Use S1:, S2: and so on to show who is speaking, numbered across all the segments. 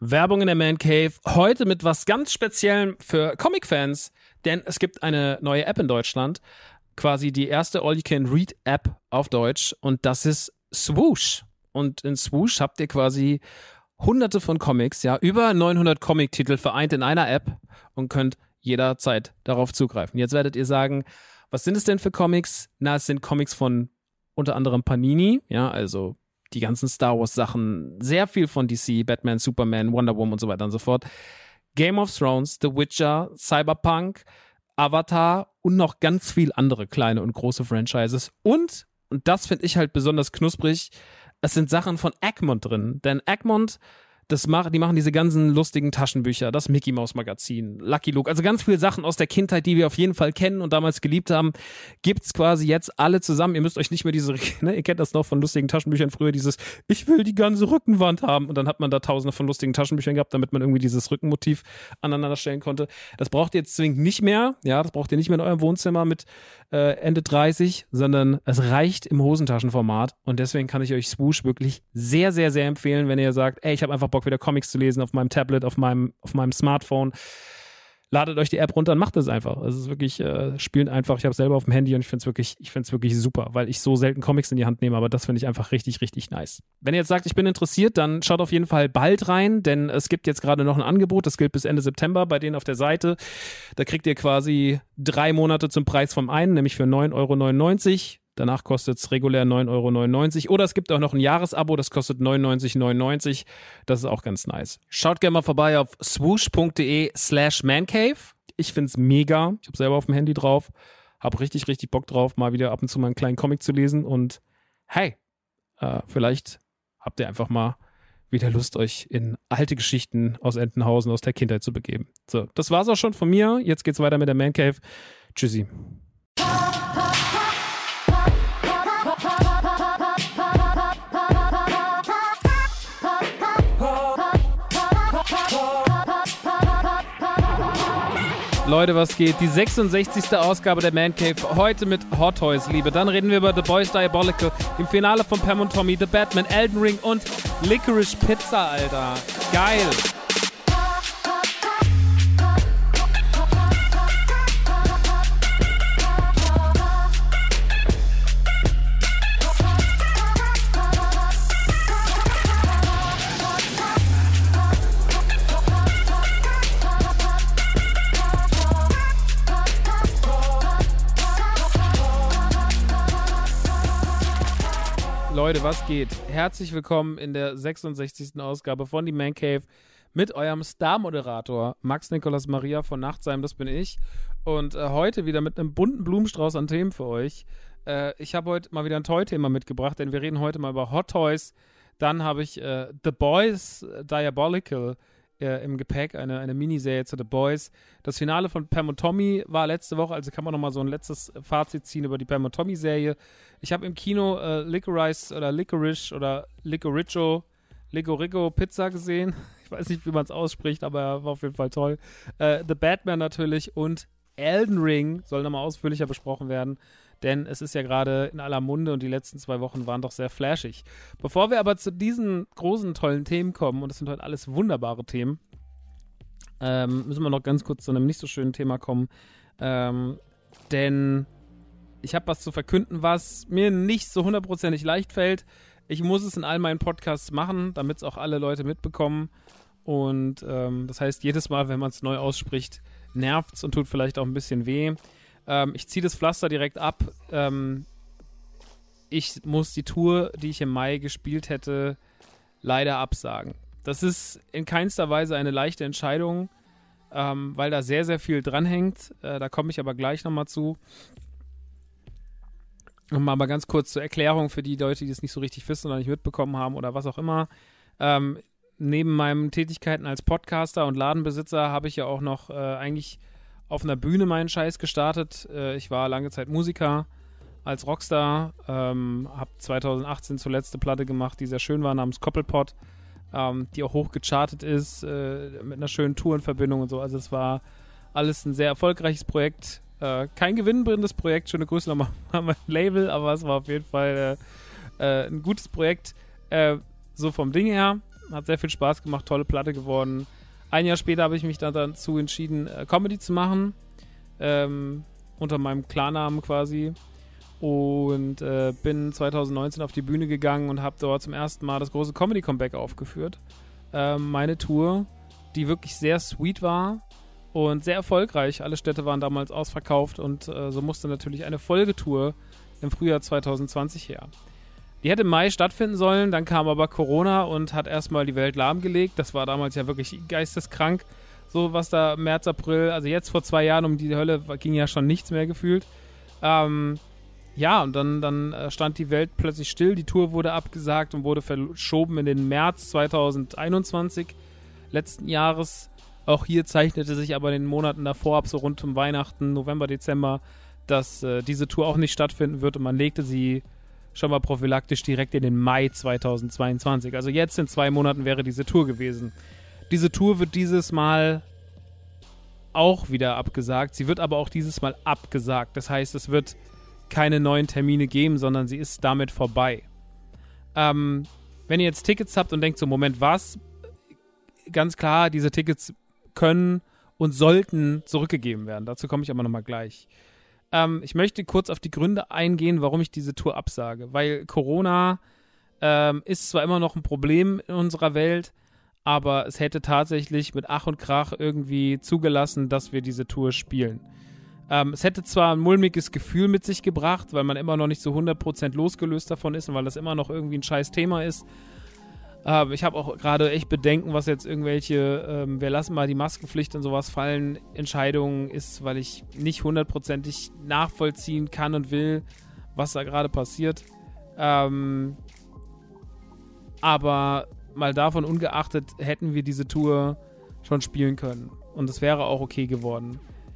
S1: Werbung in der Man Cave. Heute mit was ganz Speziellem für Comic-Fans, denn es gibt eine neue App in Deutschland, quasi die erste All-You-Can-Read-App auf Deutsch und das ist Swoosh. Und in Swoosh habt ihr quasi hunderte von Comics, ja, über 900 Comic-Titel vereint in einer App und könnt jederzeit darauf zugreifen. Jetzt werdet ihr sagen, was sind es denn für Comics? Na, es sind Comics von unter anderem Panini, ja, also die ganzen Star Wars Sachen, sehr viel von DC, Batman, Superman, Wonder Woman und so weiter und so fort. Game of Thrones, The Witcher, Cyberpunk, Avatar und noch ganz viel andere kleine und große Franchises. Und das finde ich halt besonders knusprig, es sind Sachen von Egmont drin. Denn Egmont, die machen diese ganzen lustigen Taschenbücher, das Mickey Mouse Magazin, Lucky Luke, also ganz viele Sachen aus der Kindheit, die wir auf jeden Fall kennen und damals geliebt haben, gibt's quasi jetzt alle zusammen. Ihr müsst euch nicht mehr ihr kennt das noch von lustigen Taschenbüchern früher, dieses, ich will die ganze Rückenwand haben und dann hat man da tausende von lustigen Taschenbüchern gehabt, damit man irgendwie dieses Rückenmotiv aneinander stellen konnte. Das braucht ihr jetzt zwingend nicht mehr, ja, das braucht ihr nicht mehr in eurem Wohnzimmer mit Ende 30, sondern es reicht im Hosentaschenformat und deswegen kann ich euch Swoosh wirklich sehr, sehr, sehr empfehlen, wenn ihr sagt, ey, ich habe einfach Bock, wieder Comics zu lesen auf meinem Tablet, auf meinem Smartphone. Ladet euch die App runter und macht es einfach. Es ist wirklich, spielt einfach. Ich habe es selber auf dem Handy und ich finde es wirklich super, weil ich so selten Comics in die Hand nehme, aber das finde ich einfach richtig, richtig nice. Wenn ihr jetzt sagt, ich bin interessiert, dann schaut auf jeden Fall bald rein, denn es gibt jetzt gerade noch ein Angebot, das gilt bis Ende September bei denen auf der Seite. Da kriegt ihr quasi 3 Monate zum Preis vom einen, nämlich für 9,99 €. Danach kostet es regulär 9,99 €. Oder es gibt auch noch ein Jahresabo, das kostet 99,99 €. Das ist auch ganz nice. Schaut gerne mal vorbei auf swoosh.de/mancave. Ich finde es mega. Ich habe selber auf dem Handy drauf. Habe richtig, richtig Bock drauf, mal wieder ab und zu mal einen kleinen Comic zu lesen. Und hey, vielleicht habt ihr einfach mal wieder Lust, euch in alte Geschichten aus Entenhausen, aus der Kindheit zu begeben. So, das war's auch schon von mir. Jetzt geht's weiter mit der Man Cave. Tschüssi. Leute, was geht? Die 66. Ausgabe der Man Cave, heute mit Hot Toys, Liebe. Dann reden wir über The Boys Diabolical, im Finale von Pam und Tommy, The Batman, Elden Ring und Licorice Pizza, Alter. Geil. Leute, was geht? Herzlich willkommen in der 66. Ausgabe von die Man Cave mit eurem Star-Moderator Max Nikolas Maria von Nachtsheim, das bin ich. Und heute wieder mit einem bunten Blumenstrauß an Themen für euch. Ich habe heute mal wieder ein Toy-Thema mitgebracht, denn wir reden heute mal über Hot Toys. Dann habe ich The Boys Diabolical im Gepäck, eine Miniserie zu The Boys. Das Finale von Pam und Tommy war letzte Woche, also kann man nochmal so ein letztes Fazit ziehen über die Pam und Tommy-Serie. Ich habe im Kino Licorice oder Licorico Pizza gesehen. Ich weiß nicht, wie man es ausspricht, aber er war auf jeden Fall toll. The Batman natürlich und Elden Ring soll nochmal ausführlicher besprochen werden, denn es ist ja gerade in aller Munde und die letzten 2 Wochen waren doch sehr flashig. Bevor wir aber zu diesen großen, tollen Themen kommen, und das sind heute alles wunderbare Themen, müssen wir noch ganz kurz zu einem nicht so schönen Thema kommen, denn ich habe was zu verkünden, was mir nicht so 100% leicht fällt. Ich muss es in all meinen Podcasts machen, damit es auch alle Leute mitbekommen. Und das heißt, jedes Mal, wenn man es neu ausspricht, nervt es und tut vielleicht auch ein bisschen weh. Ich ziehe das Pflaster direkt ab. Ich muss die Tour, die ich im Mai gespielt hätte, leider absagen. Das ist in keinster Weise eine leichte Entscheidung, weil da sehr, sehr viel dranhängt. Da komme ich aber gleich nochmal zu. Nochmal aber ganz kurz zur Erklärung für die Leute, die es nicht so richtig wissen oder nicht mitbekommen haben oder was auch immer. Neben meinen Tätigkeiten als Podcaster und Ladenbesitzer habe ich ja auch noch eigentlich auf einer Bühne meinen Scheiß gestartet. Ich war lange Zeit Musiker als Rockstar, habe 2018 zuletzt eine Platte gemacht, die sehr schön war, namens Koppelpott, die auch hoch gechartet ist, mit einer schönen Tour in Verbindung und so. Also es war alles ein sehr erfolgreiches Projekt. Kein gewinnbringendes Projekt, schöne Grüße nochmal an mein Label, aber es war auf jeden Fall ein gutes Projekt, so vom Ding her. hat sehr viel Spaß gemacht, tolle Platte geworden. Ein Jahr später habe ich mich dann dazu entschieden, Comedy zu machen, unter meinem Klarnamen quasi. Und bin 2019 auf die Bühne gegangen und habe dort zum ersten Mal das große Comedy-Comeback aufgeführt. Meine Tour, die wirklich sehr sweet war und sehr erfolgreich. Alle Städte waren damals ausverkauft und so musste natürlich eine Folgetour im Frühjahr 2020 her. Die hätte im Mai stattfinden sollen, dann kam aber Corona und hat erstmal die Welt lahmgelegt. Das war damals ja wirklich geisteskrank, so was da März, April, also jetzt vor 2 Jahren um die Hölle ging ja schon nichts mehr gefühlt. Ja, und dann stand die Welt plötzlich still, die Tour wurde abgesagt und wurde verschoben in den März 2021 letzten Jahres. Auch hier zeichnete sich aber in den Monaten davor ab, so rund um Weihnachten, November, Dezember, dass diese Tour auch nicht stattfinden wird und man legte sie schon mal prophylaktisch direkt in den Mai 2022. Also jetzt in 2 Monaten wäre diese Tour gewesen. Diese Tour wird dieses Mal auch wieder abgesagt. Sie wird aber auch dieses Mal abgesagt. Das heißt, es wird keine neuen Termine geben, sondern sie ist damit vorbei. Wenn ihr jetzt Tickets habt und denkt so, Moment, was? Ganz klar, diese Tickets können und sollten zurückgegeben werden. Dazu komme ich aber nochmal gleich. Ich möchte kurz auf die Gründe eingehen, warum ich diese Tour absage. Weil Corona ist zwar immer noch ein Problem in unserer Welt, aber es hätte tatsächlich mit Ach und Krach irgendwie zugelassen, dass wir diese Tour spielen. Es hätte zwar ein mulmiges Gefühl mit sich gebracht, weil man immer noch nicht so 100% losgelöst davon ist und weil das immer noch irgendwie ein scheiß Thema ist. Ich habe auch gerade echt Bedenken, was jetzt irgendwelche, wir lassen mal die Maskenpflicht und sowas fallen, Entscheidungen ist, weil ich nicht 100%ig nachvollziehen kann und will, was da gerade passiert. Aber mal davon ungeachtet, hätten wir diese Tour schon spielen können. Und es wäre auch okay geworden.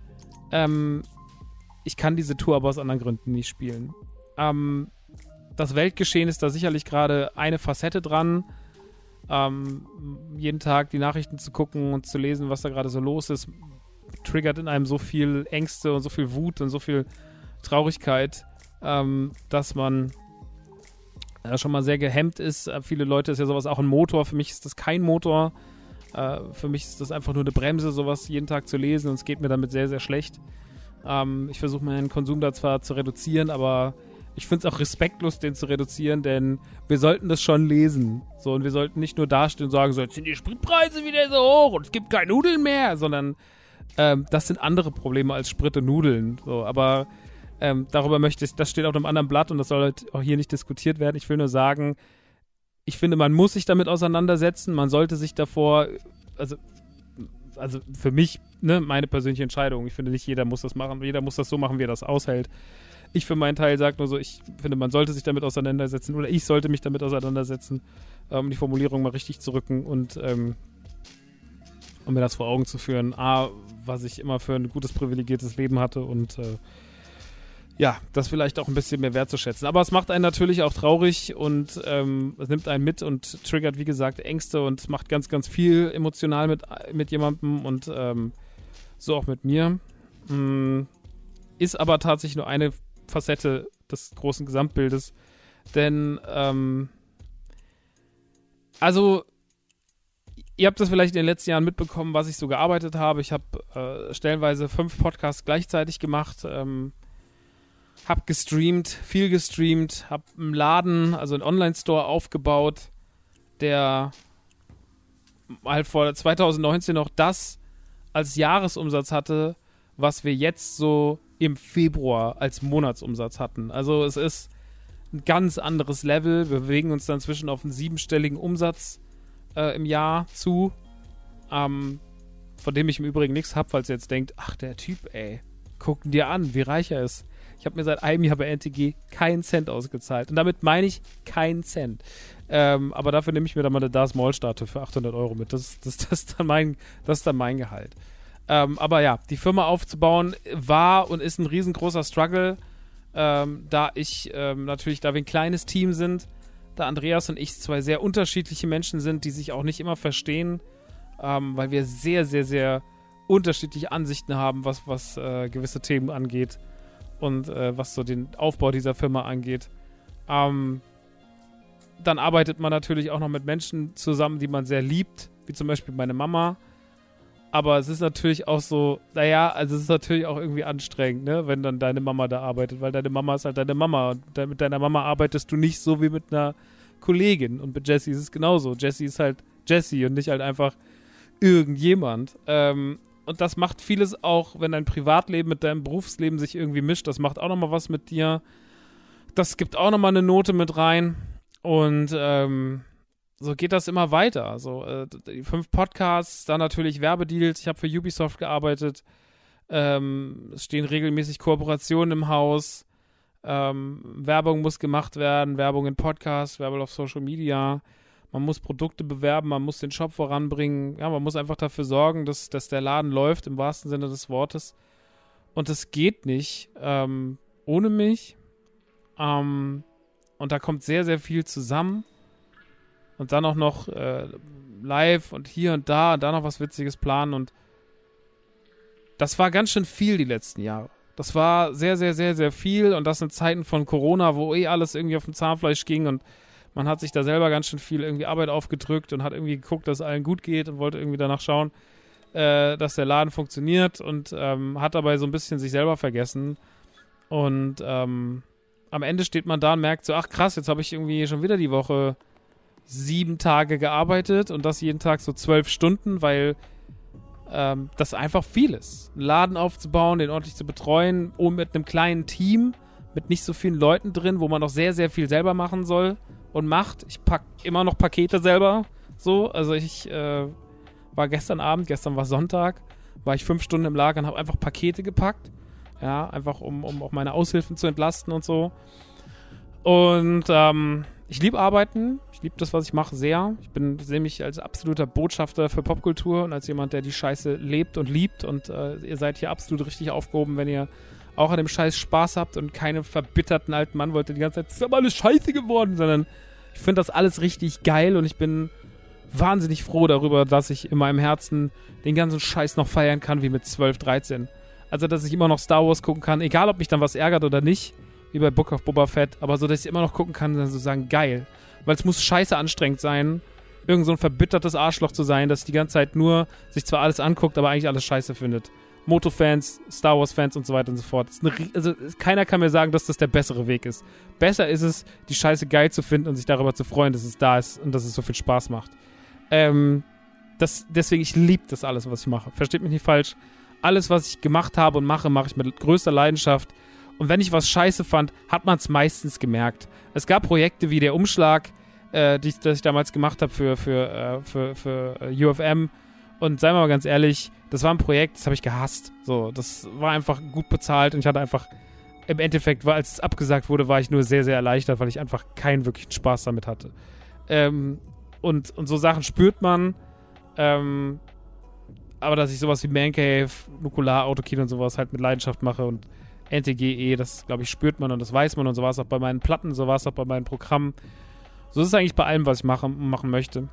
S1: Ich kann diese Tour aber aus anderen Gründen nicht spielen. Das Weltgeschehen ist da sicherlich gerade eine Facette dran. Jeden Tag die Nachrichten zu gucken und zu lesen, was da gerade so los ist, triggert in einem so viel Ängste und so viel Wut und so viel Traurigkeit, dass man schon mal sehr gehemmt ist. Viele Leute ist ja sowas auch ein Motor. Für mich ist das kein Motor. Für mich ist das einfach nur eine Bremse, sowas jeden Tag zu lesen, und es geht mir damit sehr, sehr schlecht. Ich versuche meinen Konsum da zwar zu reduzieren, aber ich finde es auch respektlos, den zu reduzieren, denn wir sollten das schon lesen. So, und wir sollten nicht nur dastehen und sagen, so, jetzt sind die Spritpreise wieder so hoch und es gibt keine Nudeln mehr, sondern das sind andere Probleme als Sprit und Nudeln. So, aber darüber möchte ich, das steht auf einem anderen Blatt und das soll halt auch hier nicht diskutiert werden. Ich will nur sagen, ich finde, man muss sich damit auseinandersetzen, man sollte sich davor, also für mich, ne, meine persönliche Entscheidung. Ich finde, nicht jeder muss das machen, jeder muss das so machen, wie er das aushält. Ich für meinen Teil sage nur so, ich finde, man sollte sich damit auseinandersetzen oder ich sollte mich damit auseinandersetzen, um die Formulierung mal richtig zu rücken und um mir das vor Augen zu führen, was ich immer für ein gutes, privilegiertes Leben hatte und ja, das vielleicht auch ein bisschen mehr wertzuschätzen. Aber es macht einen natürlich auch traurig und es nimmt einen mit und triggert, wie gesagt, Ängste und macht ganz, ganz viel emotional mit jemandem und so auch mit mir. Ist aber tatsächlich nur eine Facette des großen Gesamtbildes. Denn, also, ihr habt das vielleicht in den letzten Jahren mitbekommen, was ich so gearbeitet habe. Ich habe stellenweise 5 Podcasts gleichzeitig gemacht, hab gestreamt, viel gestreamt, hab einen Laden, also einen Online-Store aufgebaut, der halt vor 2019 noch das als Jahresumsatz hatte, was wir jetzt so im Februar als Monatsumsatz hatten. Also es ist ein ganz anderes Level. Wir bewegen uns dann zwischen auf einen 7-stelligen Umsatz im Jahr zu, von dem ich im Übrigen nichts habe, falls ihr jetzt denkt, ach, der Typ, ey, guck ihn dir an, wie reich er ist. Ich habe mir seit einem Jahr bei NTG keinen Cent ausgezahlt. Und damit meine ich keinen Cent. Aber dafür nehme ich mir dann mal eine Darth Maul-Statue für 800 € mit. Das ist dann mein Gehalt. Aber ja, die Firma aufzubauen war und ist ein riesengroßer Struggle. Da wir ein kleines Team sind, da Andreas und ich 2 sehr unterschiedliche Menschen sind, die sich auch nicht immer verstehen, weil wir sehr, sehr, sehr unterschiedliche Ansichten haben, was gewisse Themen angeht. Und was so den Aufbau dieser Firma angeht. dann arbeitet man natürlich auch noch mit Menschen zusammen, die man sehr liebt, wie zum Beispiel meine Mama. Aber es ist natürlich auch so, es ist natürlich auch irgendwie anstrengend, ne, wenn dann deine Mama da arbeitet, weil deine Mama ist halt deine Mama und mit deiner Mama arbeitest du nicht so wie mit einer Kollegin. Und mit Jessie ist es genauso. Jessie ist halt Jessie und nicht halt einfach irgendjemand. Und das macht vieles auch, wenn dein Privatleben mit deinem Berufsleben sich irgendwie mischt. Das macht auch nochmal was mit dir. Das gibt auch nochmal eine Note mit rein. Und so geht das immer weiter. So, die 5 Podcasts, dann natürlich Werbedeals. Ich habe für Ubisoft gearbeitet. Es stehen regelmäßig Kooperationen im Haus. Werbung muss gemacht werden. Werbung in Podcasts, Werbung auf Social Media. Man muss Produkte bewerben, man muss den Shop voranbringen. Ja, man muss einfach dafür sorgen, dass der Laden läuft, im wahrsten Sinne des Wortes. Und das geht nicht ohne mich. Und da kommt sehr, sehr viel zusammen. Und dann auch noch live und hier und da noch was Witziges planen. Und das war ganz schön viel die letzten Jahre. Das war sehr, sehr, sehr, sehr viel. Und das in Zeiten von Corona, wo alles irgendwie auf dem Zahnfleisch ging. Und man hat sich da selber ganz schön viel irgendwie Arbeit aufgedrückt und hat irgendwie geguckt, dass es allen gut geht und wollte irgendwie danach schauen, dass der Laden funktioniert. Und hat dabei so ein bisschen sich selber vergessen. Und am Ende steht man da und merkt so, ach krass, jetzt habe ich irgendwie schon wieder die Woche 7 Tage gearbeitet und das jeden Tag so 12 Stunden, weil das einfach viel ist. Einen Laden aufzubauen, den ordentlich zu betreuen, mit einem kleinen Team, mit nicht so vielen Leuten drin, wo man noch sehr, sehr viel selber machen soll und macht. Ich packe immer noch Pakete selber. So, also ich war gestern war Sonntag, war ich 5 Stunden im Lager und habe einfach Pakete gepackt. Ja, einfach um auch meine Aushilfen zu entlasten und so. Und ich liebe Arbeiten. Ich liebe das, was ich mache, sehr. Ich sehe mich als absoluter Botschafter für Popkultur und als jemand, der die Scheiße lebt und liebt. Und ihr seid hier absolut richtig aufgehoben, wenn ihr auch an dem Scheiß Spaß habt und keine verbitterten alten Mann wollt, der die ganze Zeit, es ist aber alles scheiße geworden, sondern ich finde das alles richtig geil und ich bin wahnsinnig froh darüber, dass ich in meinem Herzen den ganzen Scheiß noch feiern kann, wie mit 12, 13. Also, dass ich immer noch Star Wars gucken kann, egal ob mich dann was ärgert oder nicht, wie bei Book of Boba Fett, aber so, dass ich immer noch gucken kann und dann so sagen, geil. Weil es muss scheiße anstrengend sein, irgend so ein verbittertes Arschloch zu sein, das die ganze Zeit nur sich zwar alles anguckt, aber eigentlich alles scheiße findet. Moto-Fans, Star Wars-Fans und so weiter und so fort. Also keiner kann mir sagen, dass das der bessere Weg ist. Besser ist es, die Scheiße geil zu finden und sich darüber zu freuen, dass es da ist und dass es so viel Spaß macht. Deswegen, ich liebe das alles, was ich mache. Versteht mich nicht falsch. Alles, was ich gemacht habe und mache ich mit größter Leidenschaft. Und wenn ich was scheiße fand, hat man es meistens gemerkt. Es gab Projekte wie der Umschlag, das ich damals gemacht habe für UFM. Und seien wir mal ganz ehrlich, das war ein Projekt, das habe ich gehasst. So, das war einfach gut bezahlt und ich hatte einfach, im Endeffekt, als es abgesagt wurde, war ich nur sehr, sehr erleichtert, weil ich einfach keinen wirklichen Spaß damit hatte. Und so Sachen spürt man. Aber dass ich sowas wie Man Cave, Nukular, Autokino und sowas halt mit Leidenschaft mache und NTGE, das, glaube ich, spürt man und das weiß man und so war es auch bei meinen Platten, so war es auch bei meinen Programmen. So ist es eigentlich bei allem, was ich machen möchte.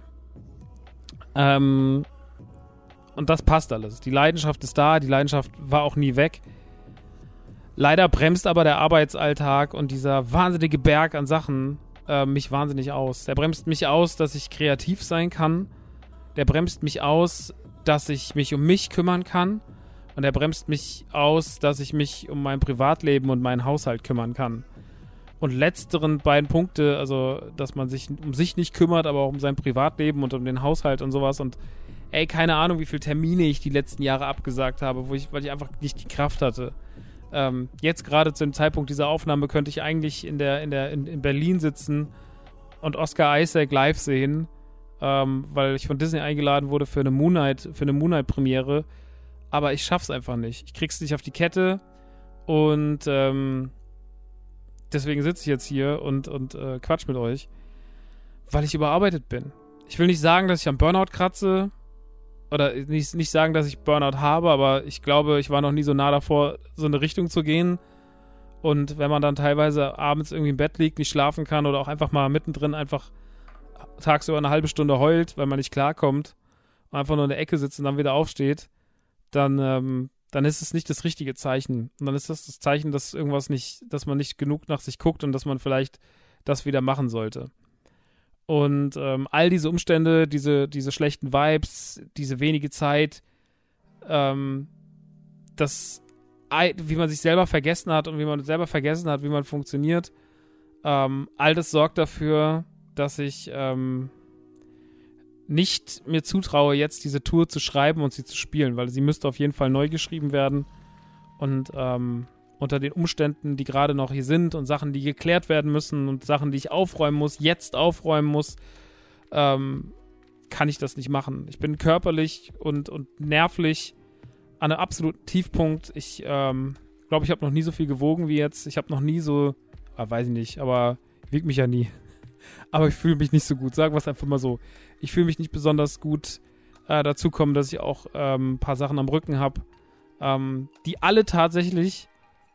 S1: Und das passt alles. Die Leidenschaft ist da, die Leidenschaft war auch nie weg. Leider bremst aber der Arbeitsalltag und dieser wahnsinnige Berg an Sachen mich wahnsinnig aus. Der bremst mich aus, dass ich kreativ sein kann. Der bremst mich aus, dass ich mich um mich kümmern kann. Und er bremst mich aus, dass ich mich um mein Privatleben und meinen Haushalt kümmern kann. Und letzteren beiden Punkte, also, dass man sich um sich nicht kümmert, aber auch um sein Privatleben und um den Haushalt und sowas. Und keine Ahnung, wie viele Termine ich die letzten Jahre abgesagt habe, weil ich einfach nicht die Kraft hatte. Jetzt gerade zu dem Zeitpunkt dieser Aufnahme könnte ich eigentlich in Berlin sitzen und Oscar Isaac live sehen, weil ich von Disney eingeladen wurde für eine Moonlight-Premiere. Aber ich schaff's einfach nicht. Ich krieg's nicht auf die Kette und deswegen sitze ich jetzt hier und quatsch mit euch, weil ich überarbeitet bin. Ich will nicht sagen, dass ich am Burnout kratze oder nicht sagen, dass ich Burnout habe, aber ich glaube, ich war noch nie so nah davor, so eine Richtung zu gehen. Und wenn man dann teilweise abends irgendwie im Bett liegt, nicht schlafen kann oder auch einfach mal mittendrin einfach tagsüber eine halbe Stunde heult, weil man nicht klarkommt und einfach nur in der Ecke sitzt und dann wieder aufsteht, dann ist es nicht das richtige Zeichen. Und dann ist das Zeichen, dass man nicht genug nach sich guckt und dass man vielleicht das wieder machen sollte. Und all diese Umstände, diese schlechten Vibes, diese wenige Zeit, wie man sich selber vergessen hat und wie man selber vergessen hat, wie man funktioniert, all das sorgt dafür, dass ich nicht mir zutraue, jetzt diese Tour zu schreiben und sie zu spielen, weil sie müsste auf jeden Fall neu geschrieben werden. Und unter den Umständen, die gerade noch hier sind und Sachen, die geklärt werden müssen und Sachen, die ich aufräumen muss, jetzt aufräumen muss, kann ich das nicht machen. Ich bin körperlich und nervlich an einem absoluten Tiefpunkt. Ich glaube, ich habe noch nie so viel gewogen wie jetzt. Ich habe noch nie so, weiß ich nicht, aber ich wiege mich ja nie. Aber ich fühle mich nicht so gut. Sagen wir es einfach mal so. Ich fühle mich nicht besonders gut. Dazu kommen, dass ich auch ein paar Sachen am Rücken habe, die alle tatsächlich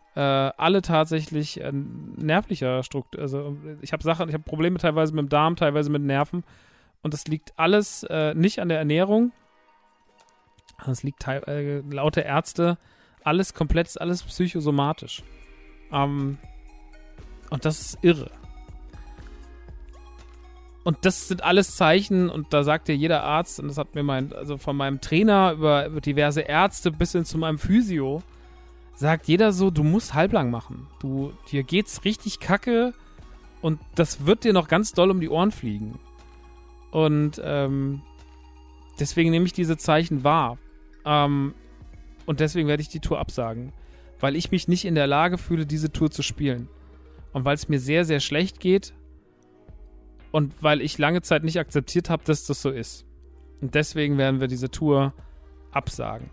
S1: nervlicher Struktur. Also ich habe Probleme teilweise mit dem Darm, teilweise mit Nerven. Und das liegt alles nicht an der Ernährung. Das liegt laut der Ärzte alles psychosomatisch. Und das ist irre. Und das sind alles Zeichen, und da sagt dir jeder Arzt, und das hat mir von meinem Trainer über diverse Ärzte bis hin zu meinem Physio, sagt jeder so, du musst halblang machen. Dir geht's richtig kacke und das wird dir noch ganz doll um die Ohren fliegen. Und deswegen nehme ich diese Zeichen wahr. Und deswegen werde ich die Tour absagen. Weil ich mich nicht in der Lage fühle, diese Tour zu spielen. Und weil es mir sehr, sehr schlecht geht. Und weil ich lange Zeit nicht akzeptiert habe, dass das so ist. Und deswegen werden wir diese Tour absagen.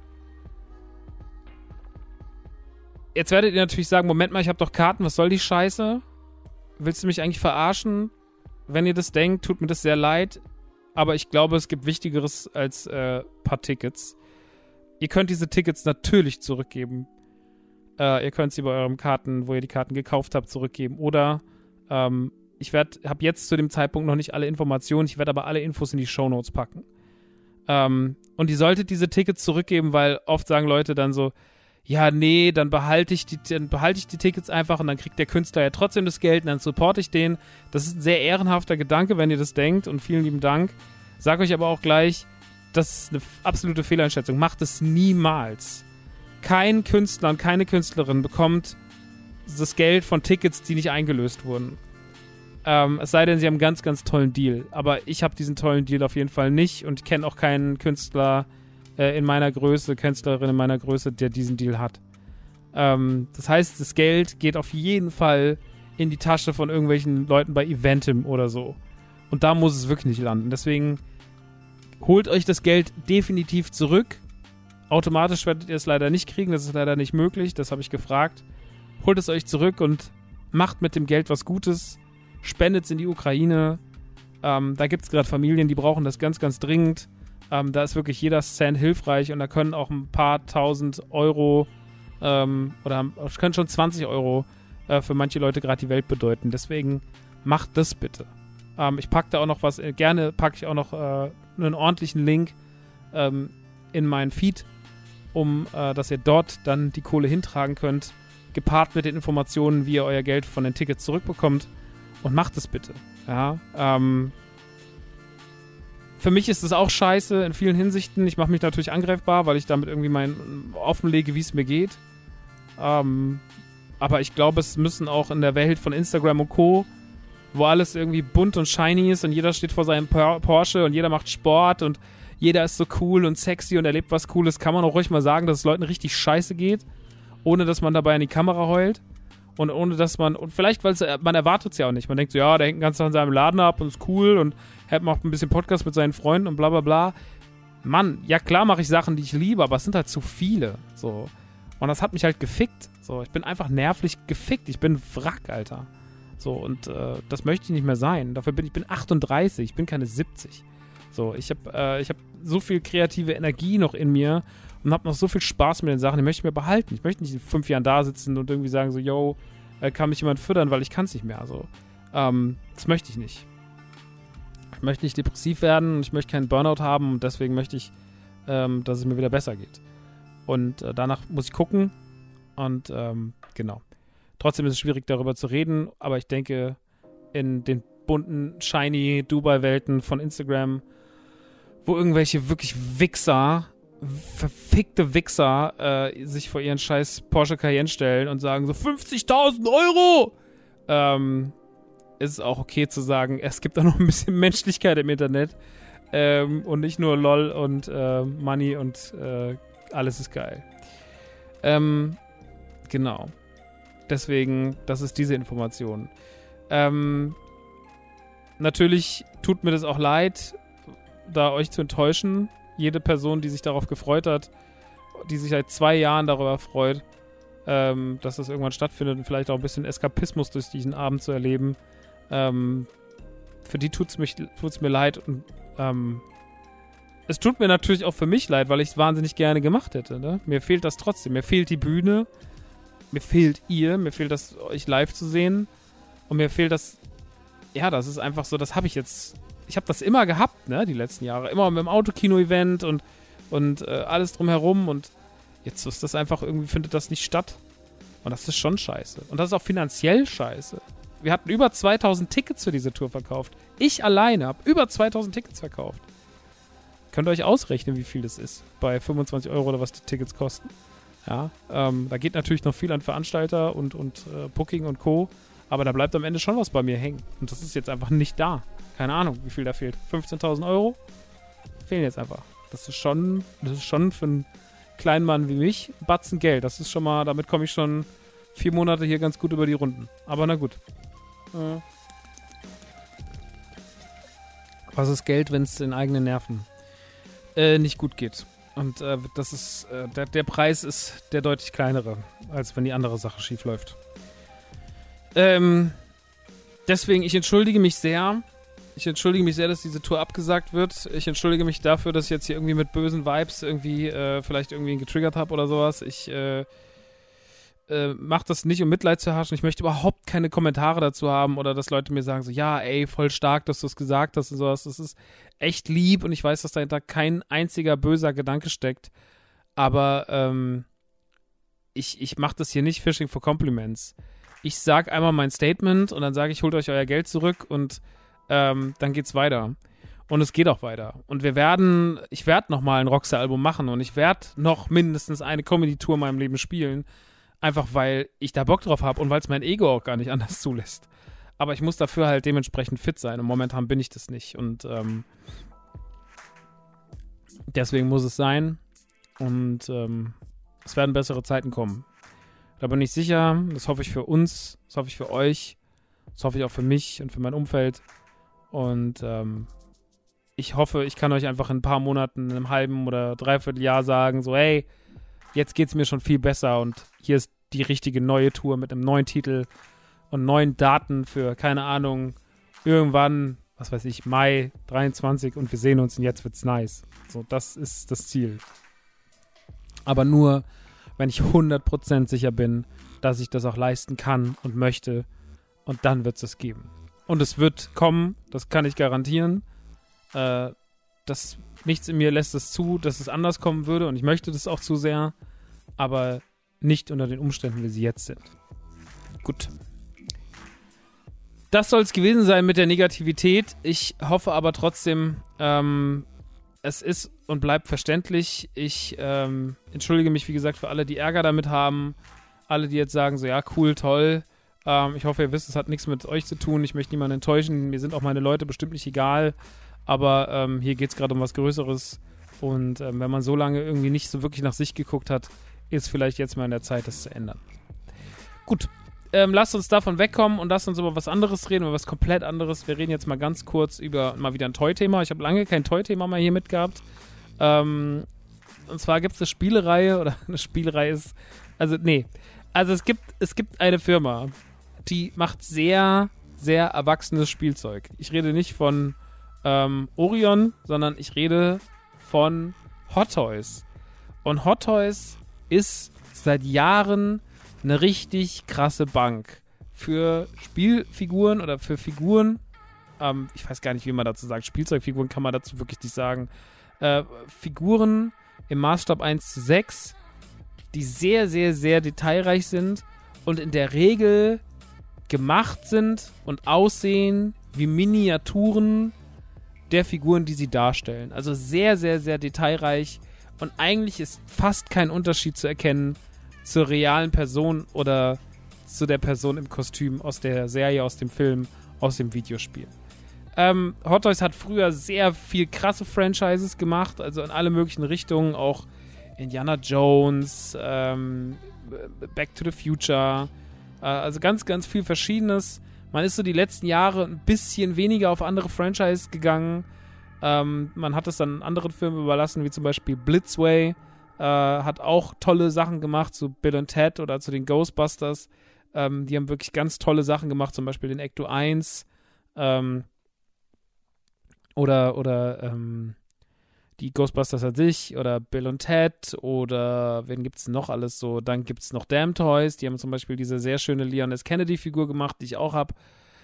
S1: Jetzt werdet ihr natürlich sagen, Moment mal, ich habe doch Karten, was soll die Scheiße? Willst du mich eigentlich verarschen? Wenn ihr das denkt, tut mir das sehr leid. Aber ich glaube, es gibt Wichtigeres als paar Tickets. Ihr könnt diese Tickets natürlich zurückgeben. Ihr könnt sie bei euren Karten, wo ihr die Karten gekauft habt, zurückgeben. Oder ich habe jetzt zu dem Zeitpunkt noch nicht alle Informationen, ich werde aber alle Infos in die Shownotes packen. Und ihr solltet diese Tickets zurückgeben, weil oft sagen Leute dann so, ja, nee, dann behalte ich die Tickets einfach und dann kriegt der Künstler ja trotzdem das Geld und dann supporte ich den. Das ist ein sehr ehrenhafter Gedanke, wenn ihr das denkt, und vielen lieben Dank. Sag euch aber auch gleich, das ist eine absolute Fehleinschätzung. Macht es niemals. Kein Künstler und keine Künstlerin bekommt das Geld von Tickets, die nicht eingelöst wurden. Es sei denn, sie haben einen ganz, ganz tollen Deal. Aber ich habe diesen tollen Deal auf jeden Fall nicht und kenne auch keinen Künstler in meiner Größe, Künstlerin in meiner Größe, der diesen Deal hat. Das heißt, das Geld geht auf jeden Fall in die Tasche von irgendwelchen Leuten bei Eventim oder so. Und da muss es wirklich nicht landen. Deswegen holt euch das Geld definitiv zurück. Automatisch werdet ihr es leider nicht kriegen. Das ist leider nicht möglich. Das habe ich gefragt. Holt es euch zurück und macht mit dem Geld was Gutes. Spendet es in die Ukraine. Da gibt es gerade Familien, die brauchen das ganz, ganz dringend. Da ist wirklich jeder Cent hilfreich und da können auch ein paar tausend Euro oder können schon 20 Euro für manche Leute gerade die Welt bedeuten. Deswegen macht das bitte. Ich packe da auch noch was, gerne packe ich auch noch einen ordentlichen Link in meinen Feed, dass ihr dort dann die Kohle hintragen könnt, gepaart mit den Informationen, wie ihr euer Geld von den Tickets zurückbekommt. Und macht es bitte. Ja, für mich ist es auch scheiße in vielen Hinsichten. Ich mache mich natürlich angreifbar, weil ich damit irgendwie offenlege, wie es mir geht. Aber ich glaube, es müssen auch in der Welt von Instagram und Co., wo alles irgendwie bunt und shiny ist und jeder steht vor seinem Porsche und jeder macht Sport und jeder ist so cool und sexy und erlebt was Cooles, kann man auch ruhig mal sagen, dass es Leuten richtig scheiße geht, ohne dass man dabei in die Kamera heult. Und ohne dass man vielleicht, weil man erwartet es ja auch nicht. Man denkt so, ja, der hängt den ganzen Tag in seinem Laden ab und ist cool und macht ein bisschen Podcast mit seinen Freunden und bla bla bla. Mann, ja klar mache ich Sachen, die ich liebe, aber es sind halt zu viele. So. Und das hat mich halt gefickt. So, ich bin einfach nervlich gefickt. Ich bin Wrack, Alter. So, und das möchte ich nicht mehr sein. Ich bin 38, ich bin keine 70. So, ich hab so viel kreative Energie noch in mir und habe noch so viel Spaß mit den Sachen, die möchte ich mir behalten. Ich möchte nicht in 5 Jahren da sitzen und irgendwie sagen so, yo, kann mich jemand füttern, weil ich kann es nicht mehr. Also, das möchte ich nicht. Ich möchte nicht depressiv werden und ich möchte keinen Burnout haben und deswegen möchte ich, dass es mir wieder besser geht. Und danach muss ich gucken und genau. Trotzdem ist es schwierig, darüber zu reden, aber ich denke, in den bunten, shiny Dubai-Welten von Instagram, wo irgendwelche wirklich verfickte Wichser sich vor ihren scheiß Porsche Cayenne stellen und sagen so 50.000 Euro! Ist es auch okay zu sagen, es gibt da noch ein bisschen Menschlichkeit im Internet und nicht nur LOL und Money und alles ist geil. Genau. Deswegen, das ist diese Information. Natürlich tut mir das auch leid, da euch zu enttäuschen. Jede Person, die sich darauf gefreut hat, die sich seit 2 Jahren darüber freut, dass das irgendwann stattfindet und vielleicht auch ein bisschen Eskapismus durch diesen Abend zu erleben, für die tut's mir leid und es tut mir natürlich auch für mich leid, weil ich es wahnsinnig gerne gemacht hätte. Ne? Mir fehlt das trotzdem. Mir fehlt die Bühne, mir fehlt das, euch live zu sehen und mir fehlt das, ja, das ist einfach so, das habe ich jetzt, ich habe das immer gehabt, ne, die letzten Jahre. Immer mit dem Autokino-Event und alles drumherum und jetzt ist das einfach, irgendwie findet das nicht statt. Und das ist schon scheiße. Und das ist auch finanziell scheiße. Wir hatten über 2000 Tickets für diese Tour verkauft. Ich alleine habe über 2000 Tickets verkauft. Könnt ihr euch ausrechnen, wie viel das ist. Bei 25 Euro oder was die Tickets kosten. Ja, da geht natürlich noch viel an Veranstalter und Booking und Co. Aber da bleibt am Ende schon was bei mir hängen. Und das ist jetzt einfach nicht da. Keine Ahnung, wie viel da fehlt. 15.000 Euro? Fehlen jetzt einfach. Das ist schon für einen kleinen Mann wie mich ein Batzen Geld. Das ist schon mal, damit komme ich schon 4 Monate hier ganz gut über die Runden. Aber na gut. Was ist Geld, wenn es den eigenen Nerven nicht gut geht? Und das ist, der Preis ist der deutlich kleinere, als wenn die andere Sache schief läuft. Deswegen, ich entschuldige mich sehr. Dass diese Tour abgesagt wird. Ich entschuldige mich dafür, dass ich jetzt hier irgendwie mit bösen Vibes irgendwie vielleicht irgendwie getriggert habe oder sowas. Ich mache das nicht, um Mitleid zu erhaschen. Ich möchte überhaupt keine Kommentare dazu haben oder dass Leute mir sagen so, ja, ey, voll stark, dass du es gesagt hast und sowas. Das ist echt lieb und ich weiß, dass dahinter kein einziger böser Gedanke steckt. Aber ich mache das hier nicht Fishing for Compliments. Ich sag einmal mein Statement und dann sage ich, holt euch euer Geld zurück und dann geht's weiter. Und es geht auch weiter. Und ich werde nochmal ein Rockstar-Album machen und ich werde noch mindestens eine Comedy-Tour in meinem Leben spielen. Einfach weil ich da Bock drauf habe und weil es mein Ego auch gar nicht anders zulässt. Aber ich muss dafür halt dementsprechend fit sein und momentan bin ich das nicht. Und deswegen muss es sein. Und es werden bessere Zeiten kommen. Da bin ich sicher. Das hoffe ich für uns. Das hoffe ich für euch. Das hoffe ich auch für mich und für mein Umfeld. Und ich hoffe, ich kann euch einfach in ein paar Monaten, in einem halben oder dreiviertel Jahr sagen, so, hey, jetzt geht's mir schon viel besser und hier ist die richtige neue Tour mit einem neuen Titel und neuen Daten für, keine Ahnung, irgendwann, was weiß ich, Mai 23 und wir sehen uns und jetzt wird's nice. So, das ist das Ziel. Aber nur, wenn ich 100% sicher bin, dass ich das auch leisten kann und möchte und dann wird's es geben. Und es wird kommen, das kann ich garantieren. Nichts in mir lässt es zu, dass es anders kommen würde und ich möchte das auch zu sehr, aber nicht unter den Umständen, wie sie jetzt sind. Gut. Das soll es gewesen sein mit der Negativität. Ich hoffe aber trotzdem, es ist und bleibt verständlich. Ich entschuldige mich, wie gesagt, für alle, die Ärger damit haben. Alle, die jetzt sagen, so ja, cool, toll. Ich hoffe, ihr wisst, es hat nichts mit euch zu tun. Ich möchte niemanden enttäuschen. Mir sind auch meine Leute bestimmt nicht egal. Aber hier geht es gerade um was Größeres. Und wenn man so lange irgendwie nicht so wirklich nach sich geguckt hat, ist vielleicht jetzt mal in der Zeit, das zu ändern. Gut, lasst uns davon wegkommen und lasst uns über was anderes reden, über was komplett anderes. Wir reden jetzt mal ganz kurz über mal wieder ein Toy-Thema. Ich habe lange kein Toy-Thema mal hier mitgehabt. Und zwar gibt es eine Spielereihe, oder eine Spielereihe ist, also es gibt eine Firma, die macht sehr, sehr erwachsenes Spielzeug. Ich rede nicht von Orion, sondern ich rede von Hot Toys. Und Hot Toys ist seit Jahren eine richtig krasse Bank für Spielfiguren oder für Figuren. Ich weiß gar nicht, wie man dazu sagt. Spielzeugfiguren kann man dazu wirklich nicht sagen. Figuren im Maßstab 1:6, die sehr, sehr, sehr detailreich sind und in der Regel gemacht sind und aussehen wie Miniaturen der Figuren, die sie darstellen. Also sehr, sehr, sehr detailreich und eigentlich ist fast kein Unterschied zu erkennen zur realen Person oder zu der Person im Kostüm aus der Serie, aus dem Film, aus dem Videospiel. Hot Toys hat früher sehr viel krasse Franchises gemacht, also in alle möglichen Richtungen, auch Indiana Jones, Back to the Future, also ganz, ganz viel Verschiedenes. Man ist so die letzten Jahre ein bisschen weniger auf andere Franchises gegangen. Man hat es dann anderen Filmen überlassen, wie zum Beispiel Blitzway, hat auch tolle Sachen gemacht, zu Bill und Ted oder zu den Ghostbusters. Die haben wirklich ganz tolle Sachen gemacht, zum Beispiel den Ecto 1, oder die Ghostbusters an sich oder Bill und Ted oder wen gibt's noch alles so? Dann gibt's noch Damn Toys, die haben zum Beispiel diese sehr schöne Leon S. Kennedy-Figur gemacht, die ich auch habe,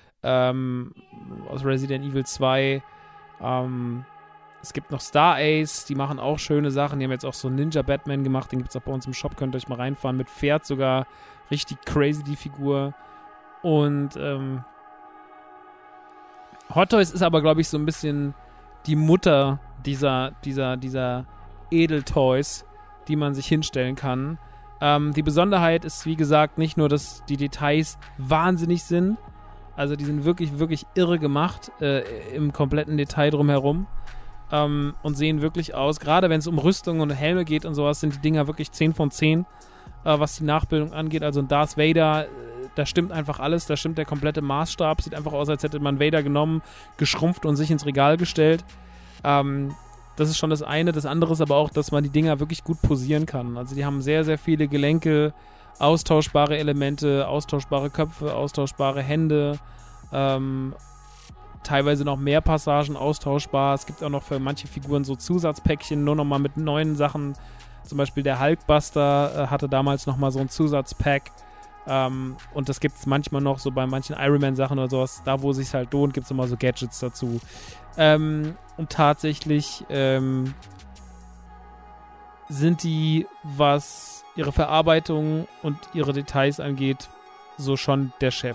S1: aus Resident Evil 2. Es gibt noch Star Ace, die machen auch schöne Sachen, die haben jetzt auch so Ninja Batman gemacht, den gibt's auch bei uns im Shop, könnt ihr euch mal reinfahren, mit Pferd sogar, richtig crazy die Figur. Und Hot Toys ist aber, glaube ich, so ein bisschen die Mutter dieser Edeltoys, die man sich hinstellen kann. Die Besonderheit ist, wie gesagt, nicht nur, dass die Details wahnsinnig sind, also die sind wirklich, wirklich irre gemacht im kompletten Detail drumherum und sehen wirklich aus, gerade wenn es um Rüstungen und Helme geht und sowas, sind die Dinger wirklich 10 von 10, was die Nachbildung angeht. Also ein Darth Vader, da stimmt einfach alles, da stimmt der komplette Maßstab, sieht einfach aus, als hätte man Vader genommen, geschrumpft und sich ins Regal gestellt. Das ist schon das eine. Das andere ist aber auch, dass man die Dinger wirklich gut posieren kann. Also die haben sehr, sehr viele Gelenke, austauschbare Elemente, austauschbare Köpfe, austauschbare Hände, teilweise noch mehr Passagen austauschbar. Es gibt auch noch für manche Figuren so Zusatzpäckchen, nur nochmal mit neuen Sachen. Zum Beispiel der Hulkbuster hatte damals nochmal so ein Zusatzpack. Und das gibt es manchmal noch so bei manchen Iron Man Sachen oder sowas. Da, wo es sich halt lohnt, gibt es immer so Gadgets dazu. Und tatsächlich sind die, was ihre Verarbeitung und ihre Details angeht, so schon der Chef.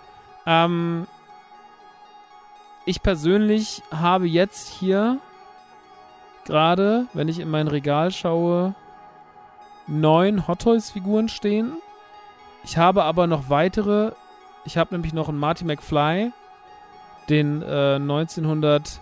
S1: Ich persönlich habe jetzt hier gerade, wenn ich in mein Regal schaue, 9 Hot Toys Figuren stehen. Ich habe aber noch weitere. Ich habe nämlich noch einen Marty McFly, den 1900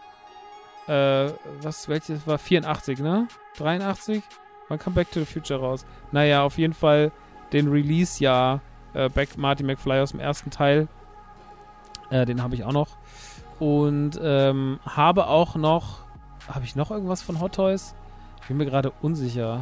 S1: welches war? 84, ne? 83? Wann kam Back to the Future raus? Naja, auf jeden Fall den Release-Jahr Marty McFly aus dem ersten Teil. Den habe ich auch noch. Und habe auch noch... Habe ich noch irgendwas von Hot Toys? Ich bin mir gerade unsicher.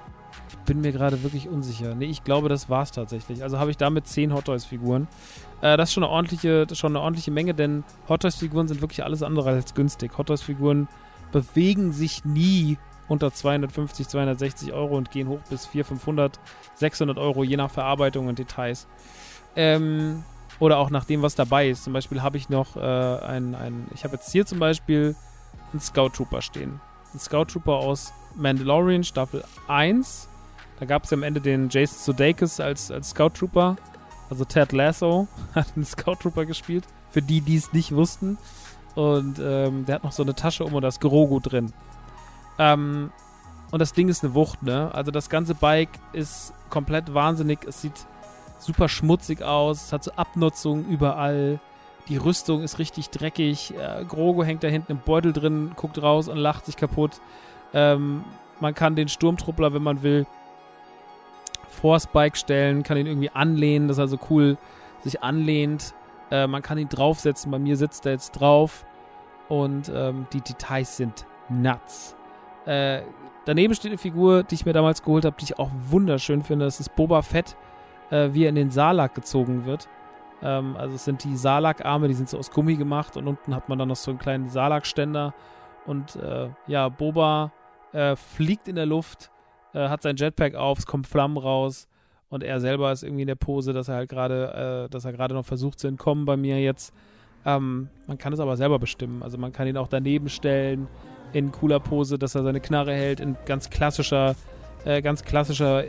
S1: Nee, ich glaube, das war's tatsächlich. Also habe ich damit 10 Hot Toys Figuren. Das ist schon eine ordentliche Menge, denn Hot Toys Figuren sind wirklich alles andere als günstig. Hot Toys Figuren bewegen sich nie unter 250, 260 Euro und gehen hoch bis 400, 500, 600 Euro, je nach Verarbeitung und Details. Oder auch nach dem, was dabei ist. Zum Beispiel habe ich noch ich habe jetzt hier zum Beispiel einen Scout Trooper stehen. Ein Scout Trooper aus Mandalorian Staffel 1. Da gab es ja am Ende den Jason Sudeikis als Scout Trooper. Also Ted Lasso hat einen Scout Trooper gespielt. Für die es nicht wussten. Und der hat noch so eine Tasche und da ist Grogu drin. Und das Ding ist eine Wucht, ne? Also das ganze Bike ist komplett wahnsinnig. Es sieht super schmutzig aus. Es hat so Abnutzung überall. Die Rüstung ist richtig dreckig. Grogu hängt da hinten im Beutel drin, guckt raus und lacht sich kaputt. Man kann den Sturmtruppler, wenn man will, vor Spike stellen, kann ihn irgendwie anlehnen, dass er so cool sich anlehnt. Man kann ihn draufsetzen. Bei mir sitzt er jetzt drauf. Und die Details sind nuts. Daneben steht eine Figur, die ich mir damals geholt habe, die ich auch wunderschön finde. Das ist Boba Fett, wie er in den Sarlacc gezogen wird. Also es sind die Sarlacc-Arme, die sind so aus Gummi gemacht und unten hat man dann noch so einen kleinen Sarlacc-Ständer und Boba fliegt in der Luft, hat sein Jetpack auf, es kommen Flammen raus und er selber ist irgendwie in der Pose, dass er halt gerade noch versucht zu entkommen bei mir jetzt. Man kann es aber selber bestimmen, also man kann ihn auch daneben stellen in cooler Pose, dass er seine Knarre hält, in ganz klassischer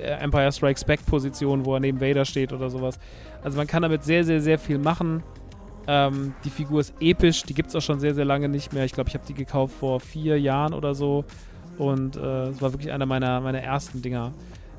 S1: Empire Strikes Back Position, wo er neben Vader steht oder sowas. Also man kann damit sehr, sehr, sehr viel machen. Die Figur ist episch, die gibt es auch schon sehr, sehr lange nicht mehr. Ich glaube, ich habe die gekauft vor 4 Jahren oder so. Und es war wirklich einer meiner ersten Dinger.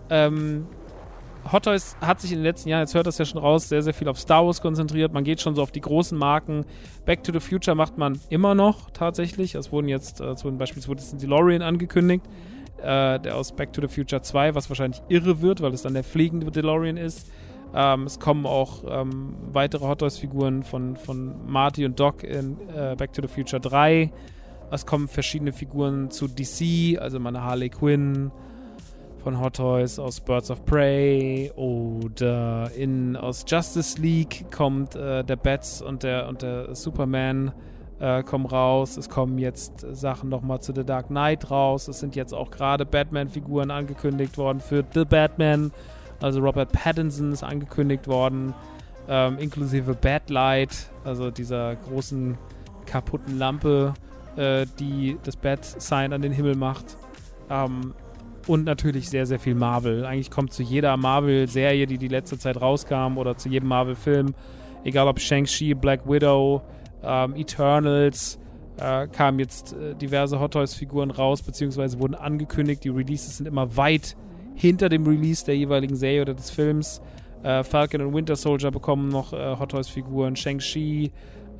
S1: Hot Toys hat sich in den letzten Jahren, jetzt hört das ja schon raus, sehr, sehr viel auf Star Wars konzentriert. Man geht schon so auf die großen Marken. Back to the Future macht man immer noch tatsächlich. Es wurden beispielsweise DeLorean angekündigt, der aus Back to the Future 2, was wahrscheinlich irre wird, weil es dann der fliegende DeLorean ist. Es kommen auch weitere Hot Toys-Figuren von Marty und Doc in Back to the Future 3. Es kommen verschiedene Figuren zu DC, also meine Harley Quinn von Hot Toys aus Birds of Prey, oder aus Justice League kommt der Bats und der Superman kommen raus. Es kommen jetzt Sachen nochmal zu The Dark Knight raus. Es sind jetzt auch gerade Batman-Figuren angekündigt worden für The Batman. Also Robert Pattinson ist angekündigt worden, inklusive Batlight, also dieser großen kaputten Lampe, die das Bat-Sign an den Himmel macht. Und natürlich sehr, sehr viel Marvel. Eigentlich kommt zu jeder Marvel-Serie, die letzte Zeit rauskam, oder zu jedem Marvel-Film, egal ob Shang-Chi, Black Widow, Eternals, kamen jetzt diverse Hot Toys-Figuren raus, beziehungsweise wurden angekündigt. Die Releases sind immer weit hinter dem Release der jeweiligen Serie oder des Films. Falcon und Winter Soldier bekommen noch Hot Toys-Figuren. Shang-Chi,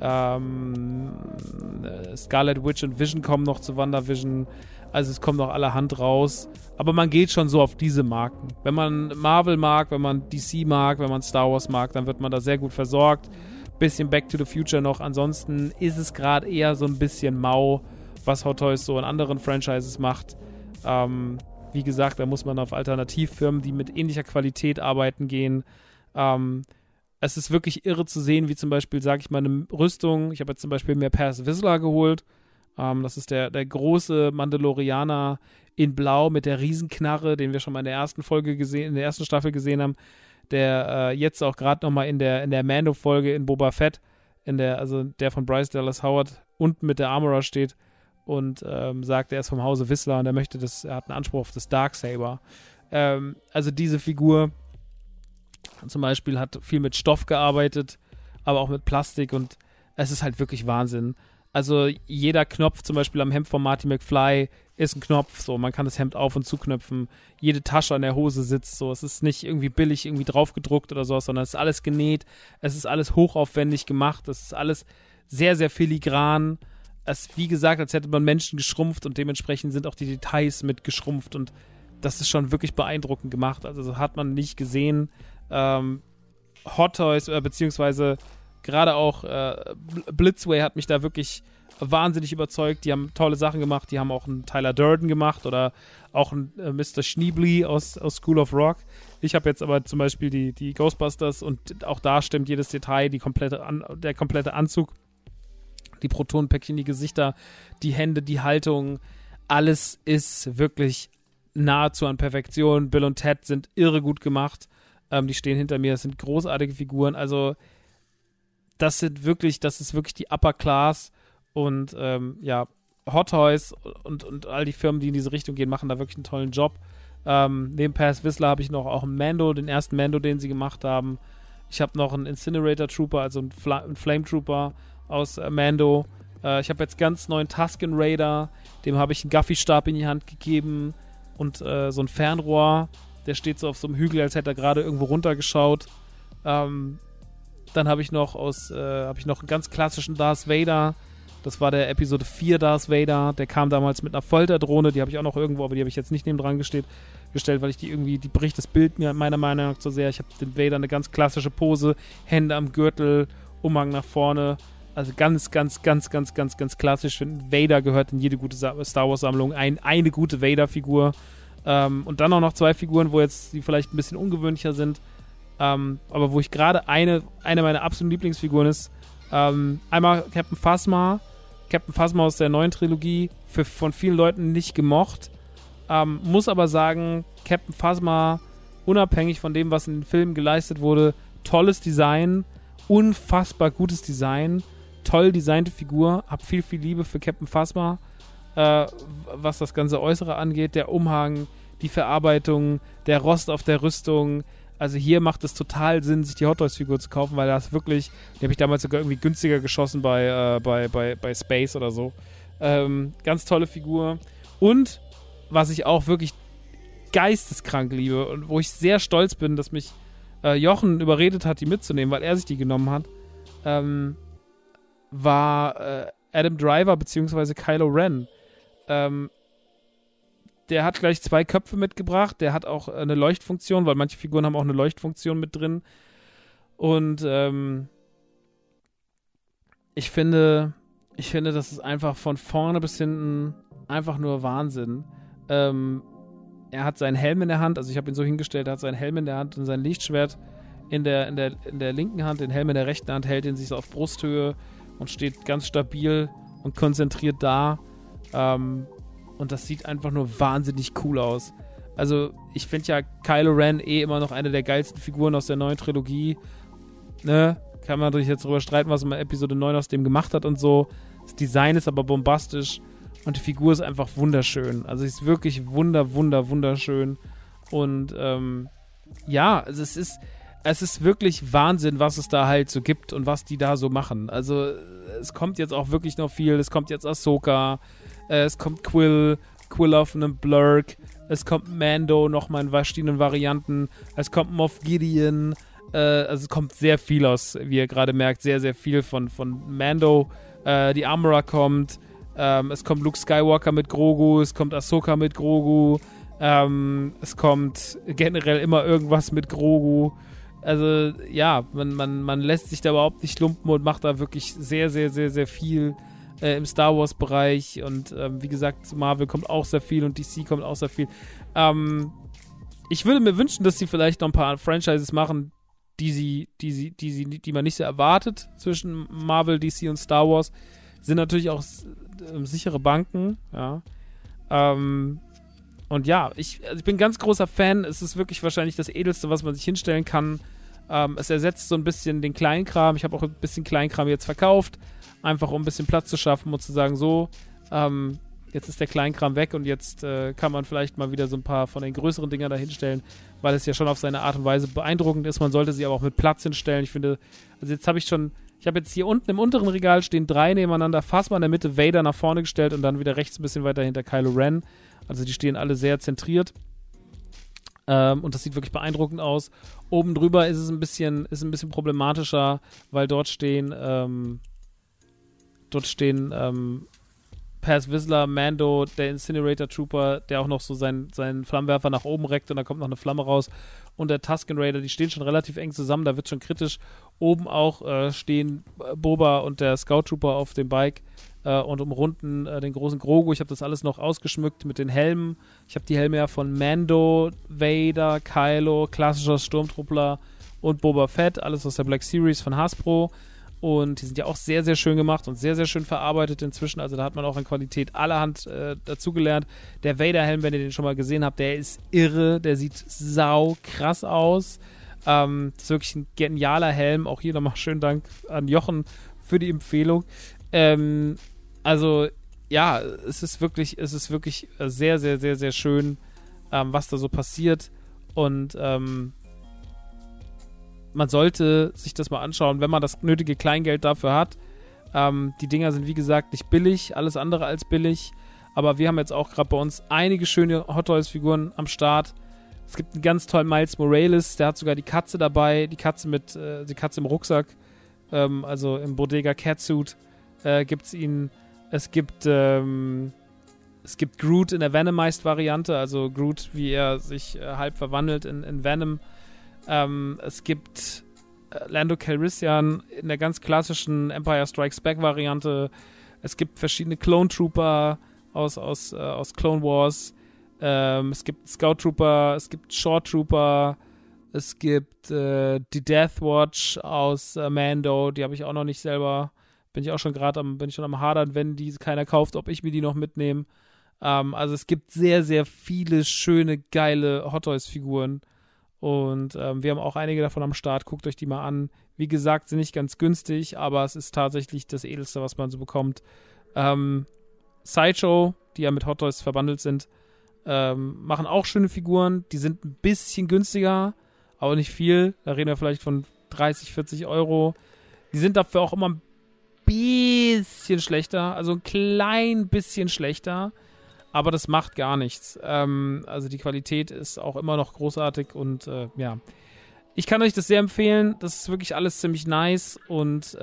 S1: Scarlet Witch und Vision kommen noch zu WandaVision. Also es kommt noch allerhand raus. Aber man geht schon so auf diese Marken. Wenn man Marvel mag, wenn man DC mag, wenn man Star Wars mag, dann wird man da sehr gut versorgt. Bisschen Back to the Future noch. Ansonsten ist es gerade eher so ein bisschen mau, was Hot Toys so in anderen Franchises macht. Wie gesagt, da muss man auf Alternativfirmen, die mit ähnlicher Qualität arbeiten, gehen. Es ist wirklich irre zu sehen, wie zum Beispiel, sage ich mal, eine Rüstung. Ich habe jetzt zum Beispiel mir Paz Vizsla geholt. Das ist der große Mandalorianer in Blau mit der Riesenknarre, den wir schon mal in der ersten Staffel gesehen haben, der jetzt auch gerade nochmal in der Mando-Folge in Boba Fett, der von Bryce Dallas Howard unten mit der Armorer steht und sagt, er ist vom Hause Vizsla und er hat einen Anspruch auf das Darksaber. Also diese Figur zum Beispiel hat viel mit Stoff gearbeitet, aber auch mit Plastik, und es ist halt wirklich Wahnsinn. Also jeder Knopf zum Beispiel am Hemd von Marty McFly ist ein Knopf, so, man kann das Hemd auf- und zuknöpfen. Jede Tasche an der Hose sitzt so. Es ist nicht irgendwie billig irgendwie draufgedruckt oder so, sondern es ist alles genäht. Es ist alles hochaufwendig gemacht. Es ist alles sehr, sehr filigran. Es ist, wie gesagt, als hätte man Menschen geschrumpft, und dementsprechend sind auch die Details mit geschrumpft, und das ist schon wirklich beeindruckend gemacht. Also so hat man nicht gesehen. Hot Toys, beziehungsweise gerade auch Blitzway hat mich da wirklich wahnsinnig überzeugt. Die haben tolle Sachen gemacht. Die haben auch einen Tyler Durden gemacht oder auch einen Mr. Schneebly aus School of Rock. Ich habe jetzt aber zum Beispiel die Ghostbusters, und auch da stimmt jedes Detail, der komplette Anzug, die Protonenpäckchen, die Gesichter, die Hände, die Haltung, alles ist wirklich nahezu an Perfektion. Bill und Ted sind irre gut gemacht. Die stehen hinter mir, das sind großartige Figuren. Also das ist wirklich die Upper Class, und Hot Toys und all die Firmen, die in diese Richtung gehen, machen da wirklich einen tollen Job. Neben Paz Vizsla habe ich noch auch einen Mando, den ersten Mando, den sie gemacht haben. Ich habe noch einen Incinerator Trooper, also einen Flame Trooper aus Mando. Ich habe jetzt ganz neuen Tusken Raider, dem habe ich einen Gaffy-Stab in die Hand gegeben und so ein Fernrohr. Der steht so auf so einem Hügel, als hätte er gerade irgendwo runtergeschaut. Dann habe ich noch einen ganz klassischen Darth Vader. Das war der Episode 4 Darth Vader. Der kam damals mit einer Folterdrohne. Die habe ich auch noch irgendwo, aber die habe ich jetzt nicht neben dran gestellt, weil ich die bricht das Bild mir meiner Meinung nach zu sehr. Ich habe den Vader eine ganz klassische Pose. Hände am Gürtel, Umhang nach vorne. Also ganz, ganz, ganz, ganz, ganz, ganz klassisch. Ich finde, Vader gehört in jede gute Star Wars Sammlung. Eine gute Vader-Figur. Und dann auch noch 2 Figuren, die vielleicht ein bisschen ungewöhnlicher sind. Aber wo ich gerade eine meiner absoluten Lieblingsfiguren ist, einmal Captain Phasma aus der neuen Trilogie, von vielen Leuten nicht gemocht, muss aber sagen, Captain Phasma, unabhängig von dem, was in den Filmen geleistet wurde, tolles Design, unfassbar gutes Design, toll designte Figur, hab viel, viel Liebe für Captain Phasma, was das ganze Äußere angeht, der Umhang, die Verarbeitung, der Rost auf der Rüstung. Also hier macht es total Sinn, sich die Hot Toys-Figur zu kaufen, weil das wirklich, die habe ich damals sogar irgendwie günstiger geschossen bei Space oder so. Ganz tolle Figur. Und was ich auch wirklich geisteskrank liebe und wo ich sehr stolz bin, dass mich Jochen überredet hat, die mitzunehmen, weil er sich die genommen hat, war Adam Driver bzw. Kylo Ren. Der hat gleich 2 Köpfe mitgebracht. Der hat auch eine Leuchtfunktion, weil manche Figuren haben auch eine Leuchtfunktion mit drin. Und ich finde, das ist einfach von vorne bis hinten einfach nur Wahnsinn. Er hat seinen Helm in der Hand, also ich habe ihn so hingestellt, er hat seinen Helm in der Hand und sein Lichtschwert in der linken Hand, den Helm in der rechten Hand, hält ihn sich so auf Brusthöhe und steht ganz stabil und konzentriert da. Und das sieht einfach nur wahnsinnig cool aus. Also ich finde ja Kylo Ren immer noch eine der geilsten Figuren aus der neuen Trilogie. Ne? Kann man natürlich jetzt darüber streiten, was man Episode 9 aus dem gemacht hat und so. Das Design ist aber bombastisch und die Figur ist einfach wunderschön. Also sie ist wirklich wunderschön. Und ja, also es ist wirklich Wahnsinn, was es da halt so gibt und was die da so machen. Also es kommt jetzt auch wirklich noch viel. Es kommt jetzt Ahsoka, es kommt Quill auf einem Blurk, es kommt Mando nochmal in verschiedenen Varianten, es kommt Moff Gideon, also es kommt sehr viel aus, wie ihr gerade merkt, sehr viel von Mando. Die Armorer kommt, es kommt Luke Skywalker mit Grogu, es kommt Ahsoka mit Grogu, es kommt generell immer irgendwas mit Grogu. Also ja, man lässt sich da überhaupt nicht lumpen und macht da wirklich sehr viel im Star Wars Bereich und wie gesagt, Marvel kommt auch sehr viel und DC kommt auch sehr viel. Ich würde mir wünschen, dass sie vielleicht noch ein paar Franchises machen, die man nicht so erwartet zwischen Marvel, DC und Star Wars. Sind natürlich auch sichere Banken, ja. Und ja, ich bin ganz großer Fan. Es ist wirklich wahrscheinlich das Edelste, was man sich hinstellen kann. Es ersetzt so ein bisschen den Kleinkram. Ich habe auch ein bisschen Kleinkram jetzt verkauft, einfach um ein bisschen Platz zu schaffen und zu sagen, so, jetzt ist der Kleinkram weg und jetzt kann man vielleicht mal wieder so ein paar von den größeren Dingern da hinstellen, weil es ja schon auf seine Art und Weise beeindruckend ist. Man sollte sie aber auch mit Platz hinstellen. Ich finde, also jetzt ich habe jetzt hier unten im unteren Regal stehen 3 nebeneinander, Phasma in der Mitte, Vader nach vorne gestellt und dann wieder rechts ein bisschen weiter hinter Kylo Ren. Also die stehen alle sehr zentriert. Und das sieht wirklich beeindruckend aus. Oben drüber ist es ein bisschen problematischer, weil dort stehen Paz Vizsla, Mando, der Incinerator Trooper, der auch noch so seinen Flammenwerfer nach oben reckt und da kommt noch eine Flamme raus. Und der Tusken Raider, die stehen schon relativ eng zusammen, da wird schon kritisch. Oben auch stehen Boba und der Scout Trooper auf dem Bike und umrunden den großen Grogu. Ich habe das alles noch ausgeschmückt mit den Helmen. Ich habe die Helme ja von Mando, Vader, Kylo, klassischer Sturmtruppler und Boba Fett, alles aus der Black Series von Hasbro. Und die sind ja auch sehr, sehr schön gemacht und sehr, sehr schön verarbeitet inzwischen. Also da hat man auch an Qualität allerhand dazugelernt. Der Vader-Helm, wenn ihr den schon mal gesehen habt, der ist irre. Der sieht sau krass aus. Das ist wirklich ein genialer Helm. Auch hier nochmal schönen Dank an Jochen für die Empfehlung. Also ja, es ist wirklich sehr, sehr, sehr, sehr schön, was da so passiert. Und man sollte sich das mal anschauen, wenn man das nötige Kleingeld dafür hat. Die Dinger sind, wie gesagt, nicht billig, alles andere als billig. Aber wir haben jetzt auch gerade bei uns einige schöne Hot Toys-Figuren am Start. Es gibt einen ganz tollen Miles Morales, der hat sogar die Katze dabei, die Katze im Rucksack, also im Bodega Catsuit gibt es ihn. Es gibt Groot in der Venomized-Variante, also Groot, wie er sich halb verwandelt in Venom. Es gibt Lando Calrissian in der ganz klassischen Empire Strikes Back Variante. Es gibt verschiedene Clone Trooper aus Clone Wars. Es gibt Scout Trooper, es gibt Short Trooper, es gibt die Death Watch aus Mando, die habe ich auch noch nicht selber. Bin ich schon am Hadern, wenn die keiner kauft, ob ich mir die noch mitnehme. Also es gibt sehr, sehr viele schöne, geile Hot Toys Figuren. Und wir haben auch einige davon am Start. Guckt euch die mal an. Wie gesagt, sind nicht ganz günstig, aber es ist tatsächlich das Edelste, was man so bekommt. Sideshow, die ja mit Hot Toys verbandelt sind, machen auch schöne Figuren. Die sind ein bisschen günstiger. aber nicht viel. Da reden wir vielleicht von 30, 40 Euro. Die sind dafür auch immer ein bisschen schlechter, also ein klein bisschen schlechter, aber das macht gar nichts. Also die Qualität ist auch immer noch großartig und ja. Ich kann euch das sehr empfehlen. Das ist wirklich alles ziemlich nice und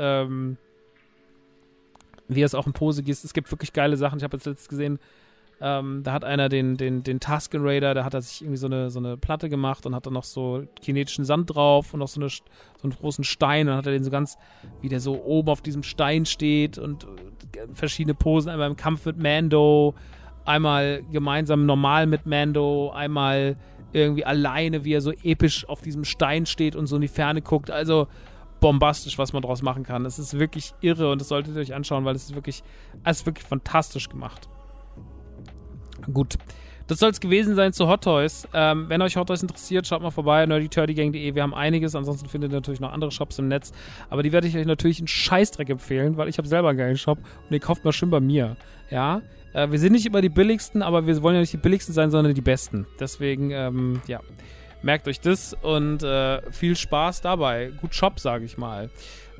S1: wie es auch in Pose geht. Es gibt wirklich geile Sachen. Ich habe jetzt letztens gesehen, da hat einer den Tusken Raider, da hat er sich irgendwie so eine Platte gemacht und hat dann noch so kinetischen Sand drauf und noch so einen großen Stein. Und dann hat er den so ganz, wie der so oben auf diesem Stein steht und verschiedene Posen. Einmal im Kampf mit Mando, einmal gemeinsam normal mit Mando, einmal irgendwie alleine, wie er so episch auf diesem Stein steht und so in die Ferne guckt. Also bombastisch, was man draus machen kann. Es ist wirklich irre und das solltet ihr euch anschauen, weil es ist wirklich fantastisch gemacht. Gut, das soll es gewesen sein zu Hot Toys. Wenn euch Hot Toys interessiert, schaut mal vorbei, nerdyturdygang.de. Wir haben einiges, ansonsten findet ihr natürlich noch andere Shops im Netz. Aber die werde ich euch natürlich einen Scheißdreck empfehlen, weil ich habe selber einen geilen Shop und ihr kauft mal schön bei mir. Ja, wir sind nicht immer die billigsten, aber wir wollen ja nicht die billigsten sein, sondern die besten. Deswegen, ja, merkt euch das und viel Spaß dabei. Gut Shop, sage ich mal.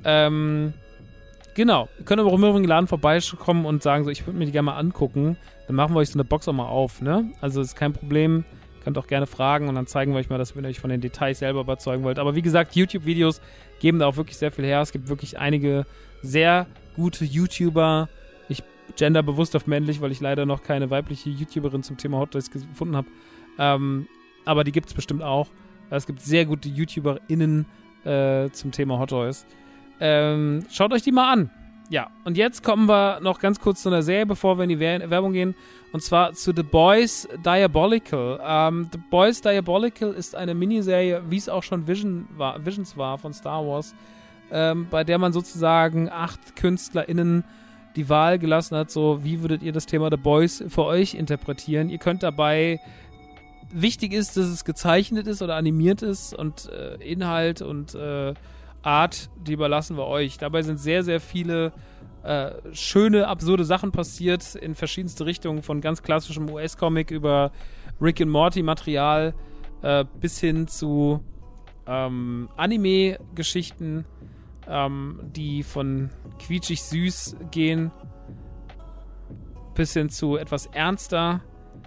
S1: Genau, ihr könnt aber auch im übrigen Laden vorbeikommen und sagen so, ich würde mir die gerne mal angucken. Dann machen wir euch so eine Box auch mal auf, ne? Also ist kein Problem. Könnt auch gerne fragen und dann zeigen wir euch mal, dass wir euch von den Details selber überzeugen wollt. Aber wie gesagt, YouTube-Videos geben da auch wirklich sehr viel her. Es gibt wirklich einige sehr gute YouTuber. Ich gender bewusst auf männlich, weil ich leider noch keine weibliche YouTuberin zum Thema Hot Toys gefunden habe. Aber die gibt es bestimmt auch. Es gibt sehr gute YouTuberInnen zum Thema Hot Toys. Schaut euch die mal an. Ja, und jetzt kommen wir noch ganz kurz zu einer Serie, bevor wir in die Werbung gehen. Und zwar zu The Boys Diabolical. The Boys Diabolical ist eine Miniserie, wie es auch schon Visions war von Star Wars, bei der man sozusagen 8 KünstlerInnen die Wahl gelassen hat, so wie würdet ihr das Thema The Boys für euch interpretieren. Ihr könnt dabei, wichtig ist, dass es gezeichnet ist oder animiert ist und Inhalt und Art, die überlassen wir euch. Dabei sind sehr, sehr viele schöne, absurde Sachen passiert in verschiedenste Richtungen, von ganz klassischem US-Comic über Rick and Morty-Material bis hin zu Anime-Geschichten, die von quietschig süß gehen bis hin zu etwas ernster.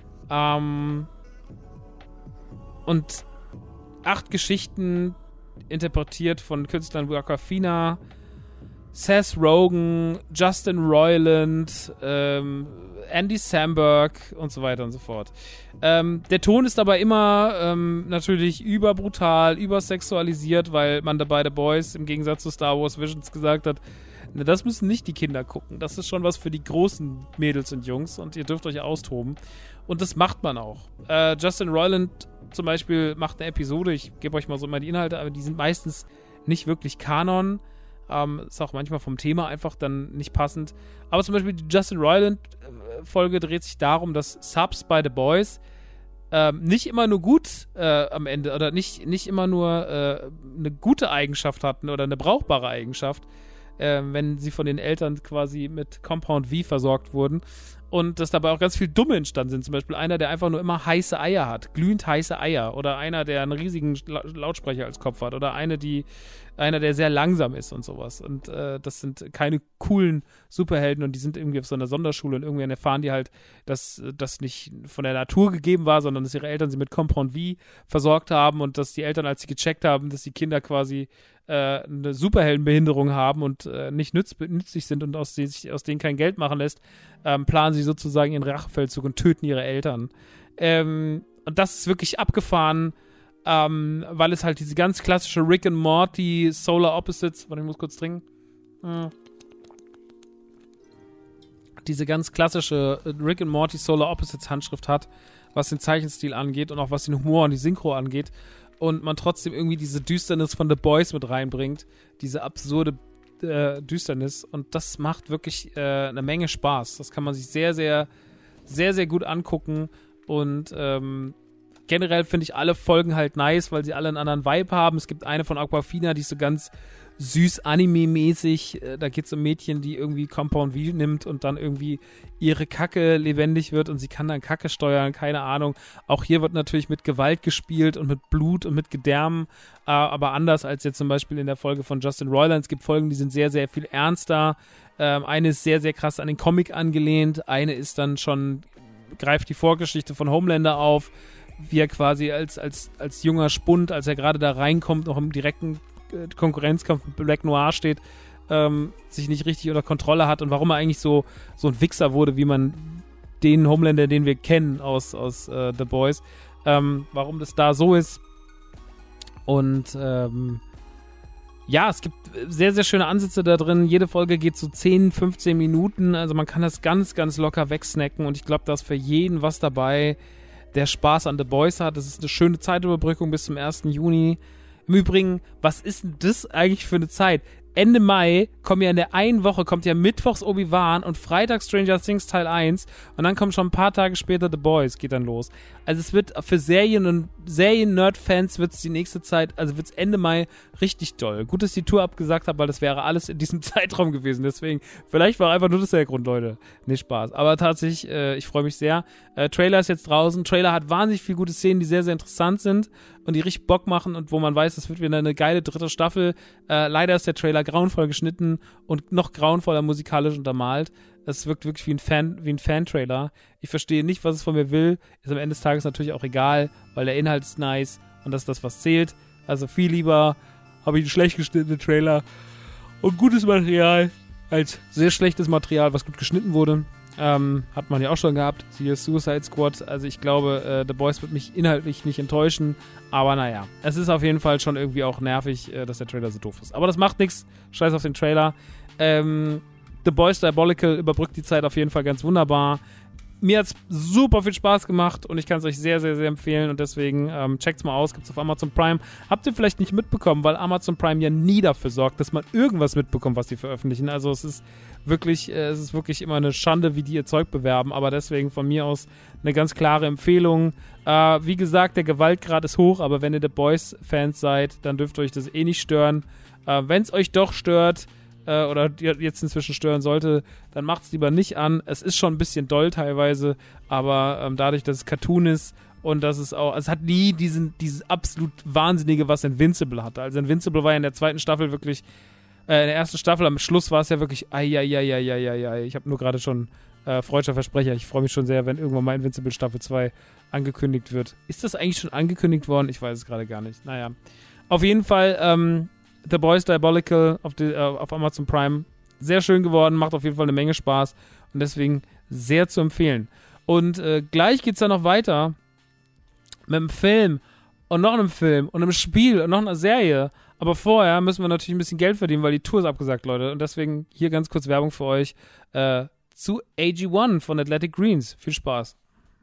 S1: Und 8 Geschichten interpretiert von Künstlern wie Awkwafina, Seth Rogen, Justin Roiland, Andy Samberg und so weiter und so fort. Der Ton ist aber immer natürlich überbrutal, übersexualisiert, weil man dabei The Boys im Gegensatz zu Star Wars Visions gesagt hat, na, das müssen nicht die Kinder gucken. Das ist schon was für die großen Mädels und Jungs und ihr dürft euch austoben. Und das macht man auch. Justin Roiland zum Beispiel macht eine Episode, ich gebe euch mal so immer die Inhalte, aber die sind meistens nicht wirklich Kanon. Ist auch manchmal vom Thema einfach dann nicht passend. Aber zum Beispiel die Justin Roiland-Folge dreht sich darum, dass Subs bei The Boys nicht immer nur gut am Ende oder nicht immer nur eine gute Eigenschaft hatten oder eine brauchbare Eigenschaft, wenn sie von den Eltern quasi mit Compound V versorgt wurden. Und dass dabei auch ganz viel Dumme entstanden sind. Zum Beispiel einer, der einfach nur immer heiße Eier hat. Glühend heiße Eier. Oder einer, der einen riesigen Lautsprecher als Kopf hat. Oder einer, der sehr langsam ist und sowas. Und das sind keine coolen Superhelden und die sind irgendwie auf so einer Sonderschule und irgendwann erfahren die halt, dass das nicht von der Natur gegeben war, sondern dass ihre Eltern sie mit Compound V versorgt haben und dass die Eltern, als sie gecheckt haben, dass die Kinder quasi eine Superheldenbehinderung haben und nicht nützlich sind und aus denen kein Geld machen lässt, planen sie sozusagen ihren Rachefeldzug und töten ihre Eltern. Und das ist wirklich abgefahren, weil es halt diese ganz klassische Rick and Morty Solar Opposites, warte, ich muss kurz trinken. Diese ganz klassische Rick and Morty Solar Opposites Handschrift hat, was den Zeichenstil angeht und auch was den Humor und die Synchro angeht. Und man trotzdem irgendwie diese Düsternis von The Boys mit reinbringt. Diese absurde Düsternis. Und das macht wirklich eine Menge Spaß. Das kann man sich sehr, sehr, sehr, sehr gut angucken. Und generell finde ich alle Folgen halt nice, weil sie alle einen anderen Vibe haben. Es gibt eine von Awkwafina, die ist so ganz süß Anime-mäßig. Da geht es um Mädchen, die irgendwie Compound V nimmt und dann irgendwie ihre Kacke lebendig wird und sie kann dann Kacke steuern, keine Ahnung. Auch hier wird natürlich mit Gewalt gespielt und mit Blut und mit Gedärmen, aber anders als jetzt zum Beispiel in der Folge von Justin Roiland. Es gibt Folgen, die sind sehr, sehr viel ernster. Eine ist sehr, sehr krass an den Comic angelehnt. Eine ist dann schon, greift die Vorgeschichte von Homelander auf, wie er quasi als junger Spund, als er gerade da reinkommt, noch im direkten Konkurrenzkampf mit Black Noir steht, sich nicht richtig unter Kontrolle hat und warum er eigentlich so ein Wichser wurde, wie man den Homelander, den wir kennen aus The Boys, warum das da so ist. Und ja, es gibt sehr, sehr schöne Ansätze da drin. Jede Folge geht so 10, 15 Minuten, also man kann das ganz, ganz locker wegsnacken und ich glaube, da ist für jeden was dabei, der Spaß an The Boys hat. Das ist eine schöne Zeitüberbrückung bis zum 1. Juni. Im Übrigen, was ist denn das eigentlich für eine Zeit? Ende Mai kommen ja in der einen Woche, kommt ja mittwochs Obi-Wan und freitags Stranger Things Teil 1 und dann kommt schon ein paar Tage später The Boys, geht dann los. Also es wird für Serien- und Serien-Nerd-Fans wird es die nächste Zeit, also wird es Ende Mai richtig doll. Gut, dass ich die Tour abgesagt habe, weil das wäre alles in diesem Zeitraum gewesen. Deswegen, vielleicht war einfach nur das der Grund, Leute. Nee, Spaß. Aber tatsächlich, ich freue mich sehr. Trailer ist jetzt draußen. Trailer hat wahnsinnig viele gute Szenen, die sehr, sehr interessant sind und die richtig Bock machen und wo man weiß, es wird wieder eine geile 3. Staffel. Leider ist der Trailer grauenvoll geschnitten und noch grauenvoller musikalisch untermalt. Es wirkt wirklich wie ein Fan-Trailer. Ich verstehe nicht, was es von mir will. Ist am Ende des Tages natürlich auch egal, weil der Inhalt ist nice und das ist das, was zählt. Also viel lieber habe ich einen schlecht geschnittenen Trailer und gutes Material als sehr schlechtes Material, was gut geschnitten wurde. Hat man ja auch schon gehabt. Siehe Suicide Squad. Also ich glaube, The Boys wird mich inhaltlich nicht enttäuschen. Aber naja, es ist auf jeden Fall schon irgendwie auch nervig, dass der Trailer so doof ist. Aber das macht nichts. Scheiß auf den Trailer. The Boys Diabolical überbrückt die Zeit auf jeden Fall ganz wunderbar. Mir hat es super viel Spaß gemacht und ich kann es euch sehr, sehr, sehr empfehlen und deswegen checkt's mal aus, gibt's auf Amazon Prime. Habt ihr vielleicht nicht mitbekommen, weil Amazon Prime ja nie dafür sorgt, dass man irgendwas mitbekommt, was die veröffentlichen. Also es ist wirklich immer eine Schande, wie die ihr Zeug bewerben, aber deswegen von mir aus eine ganz klare Empfehlung. Wie gesagt, der Gewaltgrad ist hoch, aber wenn ihr The Boys-Fans seid, dann dürft ihr euch das eh nicht stören. Wenn es euch doch stört, oder jetzt inzwischen stören sollte, dann macht es lieber nicht an. Es ist schon ein bisschen doll teilweise, aber dadurch, dass es Cartoon ist und dass es hat nie dieses absolut Wahnsinnige, was Invincible hatte. Also Invincible war ja in der 2. Staffel wirklich, in der 1. Staffel am Schluss war es ja wirklich, ich habe nur gerade schon freudscher Versprecher. Ich freue mich schon sehr, wenn irgendwann mal Invincible Staffel 2 angekündigt wird. Ist das eigentlich schon angekündigt worden? Ich weiß es gerade gar nicht. Naja, auf jeden Fall, The Boys Diabolical auf Amazon Prime. Sehr schön geworden, macht auf jeden Fall eine Menge Spaß und deswegen sehr zu empfehlen. Und gleich geht's dann noch weiter mit einem Film und noch einem Film und einem Spiel und noch einer Serie. Aber vorher müssen wir natürlich ein bisschen Geld verdienen, weil die Tour ist abgesagt, Leute. Und deswegen hier ganz kurz Werbung für euch zu AG1 von Athletic Greens. Viel Spaß.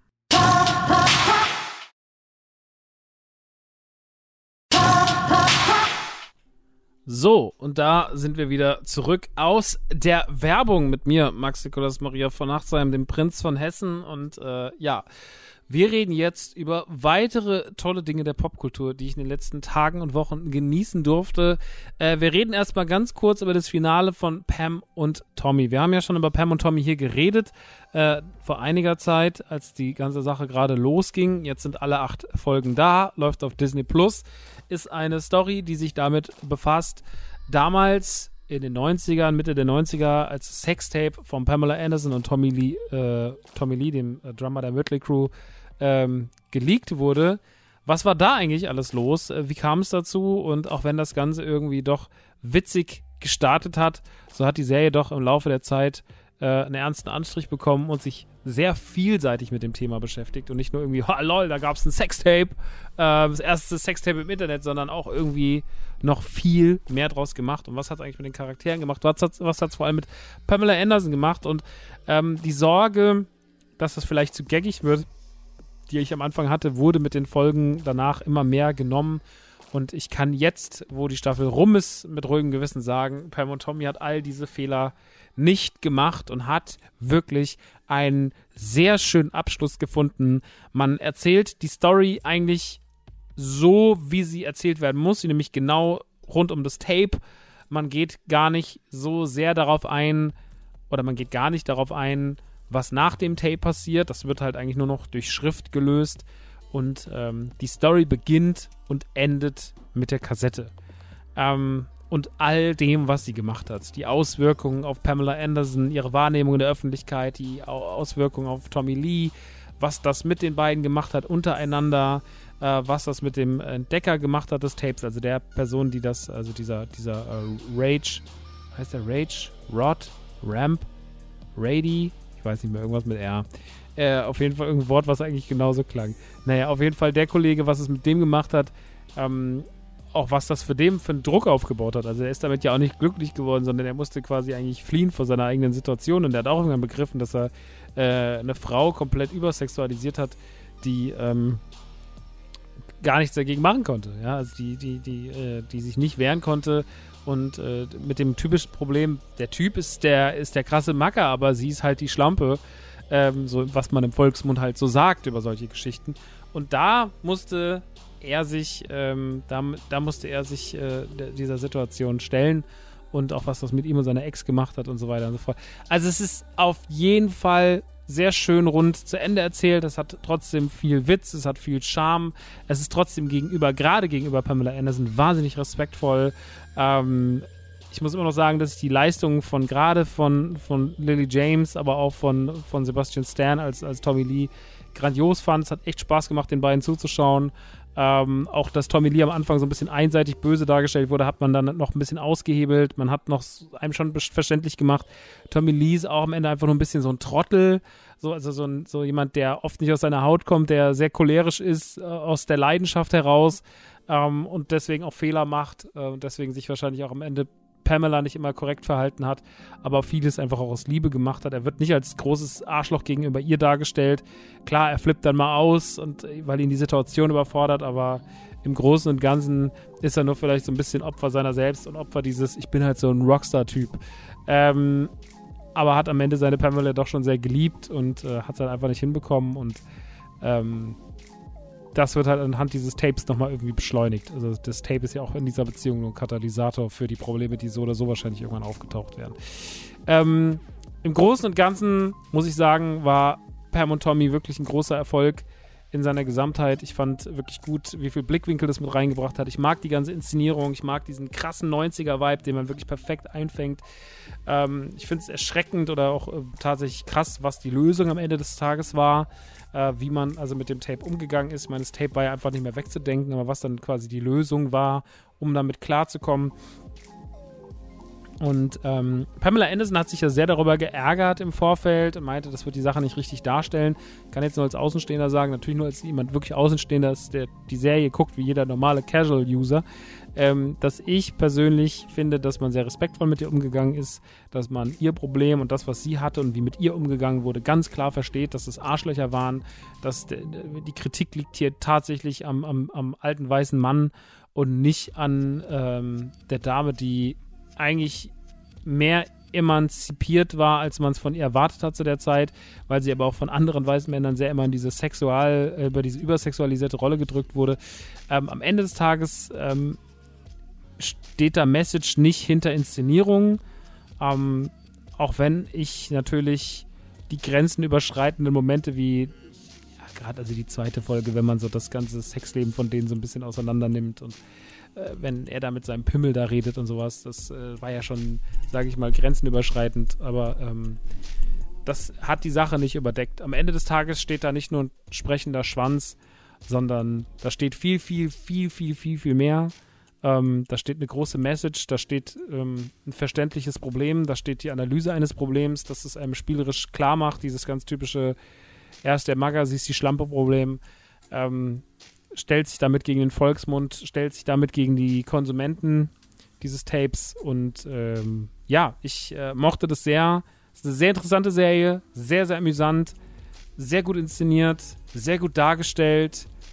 S1: So, und da sind wir wieder zurück aus der Werbung mit mir, Max Nikolaus Maria von Nachtsheim, dem Prinz von Hessen. Und ja, wir reden jetzt über weitere tolle Dinge der Popkultur, die ich in den letzten Tagen und Wochen genießen durfte. Wir reden erstmal ganz kurz über das Finale von Pam und Tommy. Wir haben ja schon über Pam und Tommy hier geredet, vor einiger Zeit, als die ganze Sache gerade losging. Jetzt sind alle 8 Folgen da, läuft auf Disney+. Ist eine Story, die sich damit befasst, damals in den 90ern, Mitte der 90er, als Sextape von Pamela Anderson und Tommy Lee, dem Drummer der Mötley Crüe, geleakt wurde. Was war da eigentlich alles los? Wie kam es dazu? Und auch wenn das Ganze irgendwie doch witzig gestartet hat, so hat die Serie doch im Laufe der Zeit einen ernsten Anstrich bekommen und sich sehr vielseitig mit dem Thema beschäftigt und nicht nur irgendwie, lol, da gab es ein Sextape, das erste Sextape im Internet, sondern auch irgendwie noch viel mehr draus gemacht. Und was hat es eigentlich mit den Charakteren gemacht? Was hat es vor allem mit Pamela Anderson gemacht? Und die Sorge, dass das vielleicht zu gaggig wird, die ich am Anfang hatte, wurde mit den Folgen danach immer mehr genommen. Und ich kann jetzt, wo die Staffel rum ist, mit ruhigem Gewissen sagen, Pam und Tommy hat all diese Fehler nicht gemacht und hat wirklich einen sehr schönen Abschluss gefunden. Man erzählt die Story eigentlich so, wie sie erzählt werden muss, nämlich genau rund um das Tape. Man geht gar nicht so sehr darauf ein, oder man geht gar nicht darauf ein, was nach dem Tape passiert. Das wird halt eigentlich nur noch durch Schrift gelöst. Und die Story beginnt und endet mit der Kassette. Und all dem, was sie gemacht hat. Die Auswirkungen auf Pamela Anderson, ihre Wahrnehmung in der Öffentlichkeit, die Auswirkungen auf Tommy Lee, was das mit den beiden gemacht hat untereinander, was das mit dem Entdecker gemacht hat des Tapes, also der Person, die das, also dieser Rage, heißt der Rage? Rod? Ramp? Rady? Ich weiß nicht mehr, irgendwas mit R. Auf jeden Fall irgendein Wort, was eigentlich genauso klang. Naja, auf jeden Fall der Kollege, was es mit dem gemacht hat, auch was das für einen Druck aufgebaut hat. Also er ist damit ja auch nicht glücklich geworden, sondern er musste quasi eigentlich fliehen vor seiner eigenen Situation und er hat auch irgendwann begriffen, dass er eine Frau komplett übersexualisiert hat, die gar nichts dagegen machen konnte. Ja? Also die sich nicht wehren konnte und mit dem typischen Problem, der Typ ist der krasse Macker, aber sie ist halt die Schlampe, so was man im Volksmund halt so sagt über solche Geschichten. Und da musste er sich dieser Situation stellen und auch was das mit ihm und seiner Ex gemacht hat und so weiter und so fort. Also es ist auf jeden Fall sehr schön rund zu Ende erzählt. Es hat trotzdem viel Witz, es hat viel Charme. Es ist trotzdem gerade gegenüber Pamela Anderson wahnsinnig respektvoll. Ich muss immer noch sagen, dass ich die Leistungen von Lily James, aber auch von Sebastian Stan als Tommy Lee grandios fand. Es hat echt Spaß gemacht, den beiden zuzuschauen. Auch, dass Tommy Lee am Anfang so ein bisschen einseitig böse dargestellt wurde, hat man dann noch ein bisschen ausgehebelt. Man hat noch einem schon verständlich gemacht, Tommy Lee ist auch am Ende einfach nur ein bisschen so ein Trottel. So jemand, der oft nicht aus seiner Haut kommt, der sehr cholerisch ist, aus der Leidenschaft heraus und deswegen auch Fehler macht und deswegen sich wahrscheinlich auch am Ende Pamela nicht immer korrekt verhalten hat, aber vieles einfach auch aus Liebe gemacht hat. Er wird nicht als großes Arschloch gegenüber ihr dargestellt. Klar, er flippt dann mal aus, weil ihn die Situation überfordert, aber im Großen und Ganzen ist er nur vielleicht so ein bisschen Opfer seiner selbst und Opfer dieses, ich bin halt so ein Rockstar-Typ. Aber hat am Ende seine Pamela doch schon sehr geliebt und hat es halt einfach nicht hinbekommen und das wird halt anhand dieses Tapes nochmal irgendwie beschleunigt. Also das Tape ist ja auch in dieser Beziehung nur ein Katalysator für die Probleme, die so oder so wahrscheinlich irgendwann aufgetaucht werden. Im Großen und Ganzen, muss ich sagen, war Pam und Tommy wirklich ein großer Erfolg in seiner Gesamtheit. Ich fand wirklich gut, wie viel Blickwinkel das mit reingebracht hat. Ich mag die ganze Inszenierung, ich mag diesen krassen 90er-Vibe, den man wirklich perfekt einfängt. Ich finde es erschreckend oder auch tatsächlich krass, was die Lösung am Ende des Tages war, wie man also mit dem Tape umgegangen ist. Ich meine, das Tape war ja einfach nicht mehr wegzudenken, aber was dann quasi die Lösung war, um damit klarzukommen. Und Pamela Anderson hat sich ja sehr darüber geärgert im Vorfeld und meinte, das wird die Sache nicht richtig darstellen. Kann jetzt nur als Außenstehender sagen, natürlich nur als jemand wirklich Außenstehender, der die Serie guckt, wie jeder normale Casual-User, dass ich persönlich finde, dass man sehr respektvoll mit ihr umgegangen ist, dass man ihr Problem und das, was sie hatte und wie mit ihr umgegangen wurde, ganz klar versteht, dass es Arschlöcher waren, dass die Kritik liegt hier tatsächlich am alten weißen Mann und nicht an der Dame, die eigentlich mehr emanzipiert war, als man es von ihr erwartet hat zu der Zeit, weil sie aber auch von anderen weißen Männern sehr immer in diese über diese übersexualisierte Rolle gedrückt wurde. Am Ende des Tages steht da Message nicht hinter Inszenierung, auch wenn ich natürlich die Grenzen überschreitenden Momente wie gerade also die zweite Folge, wenn man so das ganze Sexleben von denen so ein bisschen auseinander nimmt und wenn er da mit seinem Pimmel da redet und sowas, das war ja schon, sage ich mal, grenzenüberschreitend, aber das hat die Sache nicht überdeckt. Am Ende des Tages steht da nicht nur ein sprechender Schwanz, sondern da steht viel, viel, viel, viel, viel, viel mehr. Da steht eine große Message, da steht ein verständliches Problem, da steht die Analyse eines Problems, das es einem spielerisch klar macht, dieses ganz typische, er ist der Magger, sie ist die Schlampe-Problem, stellt sich damit gegen den Volksmund, stellt sich damit gegen die Konsumenten dieses Tapes und ich mochte das sehr. Es ist eine sehr interessante Serie, sehr, sehr amüsant, sehr gut inszeniert, sehr gut dargestellt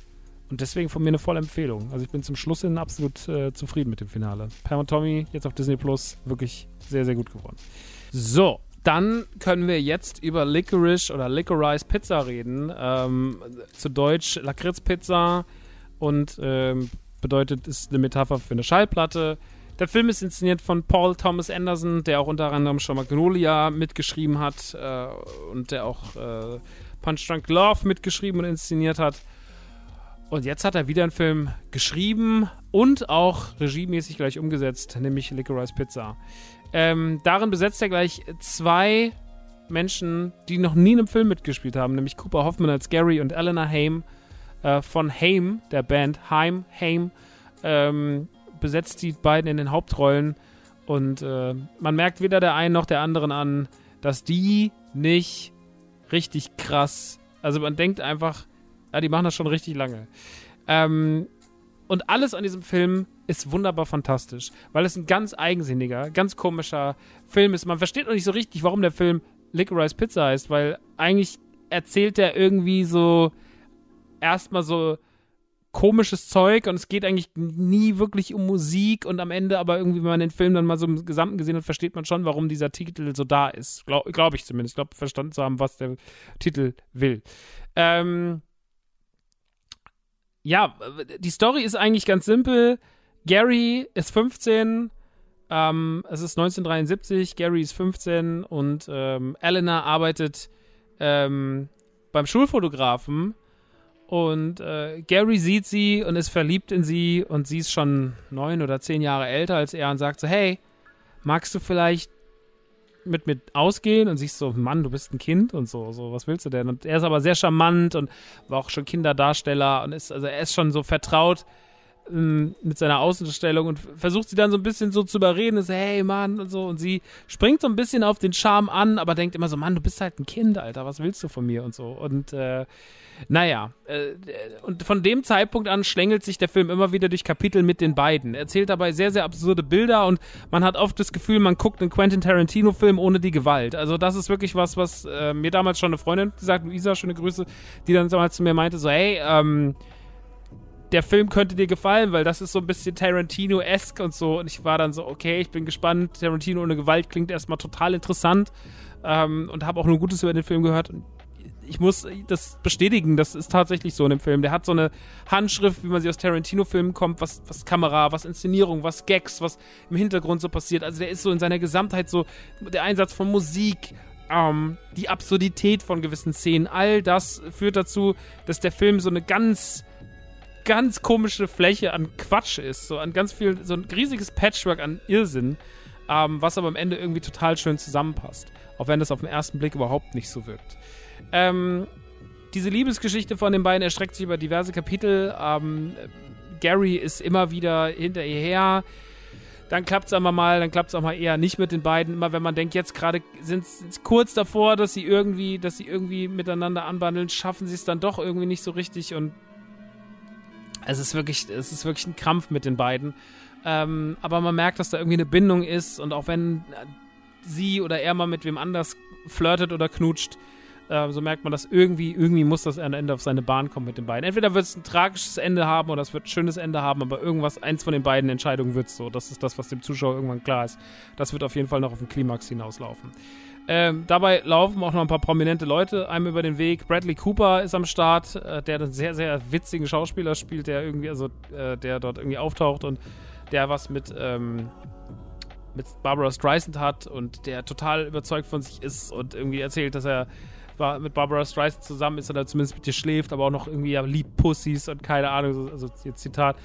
S1: Und deswegen von mir eine volle Empfehlung. Also ich bin zum Schluss hin absolut zufrieden mit dem Finale. Pam und Tommy, jetzt auf Disney Plus, wirklich sehr, sehr gut geworden. So, dann können wir jetzt über Licorice oder Licorice Pizza reden. Zu Deutsch Lakritz-Pizza und bedeutet, ist eine Metapher für eine Schallplatte. Der Film ist inszeniert von Paul Thomas Anderson, der auch unter anderem schon Magnolia mitgeschrieben hat und der auch Punch Drunk Love mitgeschrieben und inszeniert hat. Und jetzt hat er wieder einen Film geschrieben und auch regiemäßig gleich umgesetzt, nämlich Licorice Pizza. Darin besetzt er gleich 2 Menschen, die noch nie in einem Film mitgespielt haben, nämlich Cooper Hoffman als Gary und Eleanor Haim von Haim, der Band Haim, besetzt die beiden in den Hauptrollen und man merkt weder der einen noch der anderen an, dass die nicht richtig krass, also man denkt einfach, ja, die machen das schon richtig lange. Und alles an diesem Film ist wunderbar fantastisch, weil es ein ganz eigensinniger, ganz komischer Film ist. Man versteht noch nicht so richtig, warum der Film Licorice Pizza heißt, weil eigentlich erzählt der irgendwie so erstmal so komisches Zeug und es geht eigentlich nie wirklich um Musik und am Ende aber irgendwie, wenn man den Film dann mal so im Gesamten gesehen hat, versteht man schon, warum dieser Titel so da ist. Glaube ich zumindest. Ich glaube, verstanden zu haben, was der Titel will. Ja, die Story ist eigentlich ganz simpel. Gary ist 15, es ist 1973, Gary ist 15 und Eleanor arbeitet beim Schulfotografen und Gary sieht sie und ist verliebt in sie und sie ist schon 9 oder 10 Jahre älter als er und sagt so, hey, magst du vielleicht mit ausgehen? Und sie ist so, Mann, du bist ein Kind und so, was willst du denn? Und er ist aber sehr charmant und war auch schon Kinderdarsteller und er ist schon so vertraut mit seiner Außenstellung und versucht sie dann so ein bisschen so zu überreden, ist, hey, Mann, und so. Und sie springt so ein bisschen auf den Charme an, aber denkt immer so, Mann, du bist halt ein Kind, Alter, was willst du von mir und so. Und und von dem Zeitpunkt an schlängelt sich der Film immer wieder durch Kapitel mit den beiden. Er erzählt dabei sehr, sehr absurde Bilder und man hat oft das Gefühl, man guckt einen Quentin Tarantino-Film ohne die Gewalt. Also das ist wirklich was mir damals schon eine Freundin gesagt, Luisa, schöne Grüße, die dann damals zu mir meinte, so, hey, der Film könnte dir gefallen, weil das ist so ein bisschen Tarantino-esque und so. Und ich war dann so, okay, ich bin gespannt. Tarantino ohne Gewalt klingt erstmal total interessant und habe auch nur Gutes über den Film gehört. Und ich muss das bestätigen, das ist tatsächlich so in dem Film. Der hat so eine Handschrift, wie man sie aus Tarantino-Filmen kommt, was Kamera, was Inszenierung, was Gags, was im Hintergrund so passiert. Also der ist so in seiner Gesamtheit so, der Einsatz von Musik, die Absurdität von gewissen Szenen, all das führt dazu, dass der Film so eine ganz komische Fläche an Quatsch ist, so an ganz viel, so ein riesiges Patchwork an Irrsinn, was aber am Ende irgendwie total schön zusammenpasst, auch wenn das auf den ersten Blick überhaupt nicht so wirkt. Diese Liebesgeschichte von den beiden erstreckt sich über diverse Kapitel. Gary ist immer wieder hinter ihr her. Dann klappt es einmal mal, dann klappt es auch mal eher nicht mit den beiden. Immer wenn man denkt, jetzt gerade sind sie kurz davor, dass sie irgendwie miteinander anbandeln, schaffen sie es dann doch irgendwie nicht so richtig und es ist wirklich ein Krampf mit den beiden. Aber man merkt, dass da irgendwie eine Bindung ist und auch wenn sie oder er mal mit wem anders flirtet oder knutscht, so merkt man, dass irgendwie muss das am Ende auf seine Bahn kommen mit den beiden. Entweder wird es ein tragisches Ende haben oder es wird ein schönes Ende haben, aber eins von den beiden Entscheidungen wird es so. Das ist das, was dem Zuschauer irgendwann klar ist. Das wird auf jeden Fall noch auf den Klimax hinauslaufen. Dabei laufen auch noch ein paar prominente Leute einem über den Weg. Bradley Cooper ist am Start, der einen sehr, sehr witzigen Schauspieler spielt, der irgendwie, der dort irgendwie auftaucht und der was mit Barbara Streisand hat und der total überzeugt von sich ist und irgendwie erzählt, dass er mit Barbara Streisand zusammen ist oder zumindest mit ihr schläft, aber auch noch irgendwie liebt Pussys und keine Ahnung, also jetzt Zitat.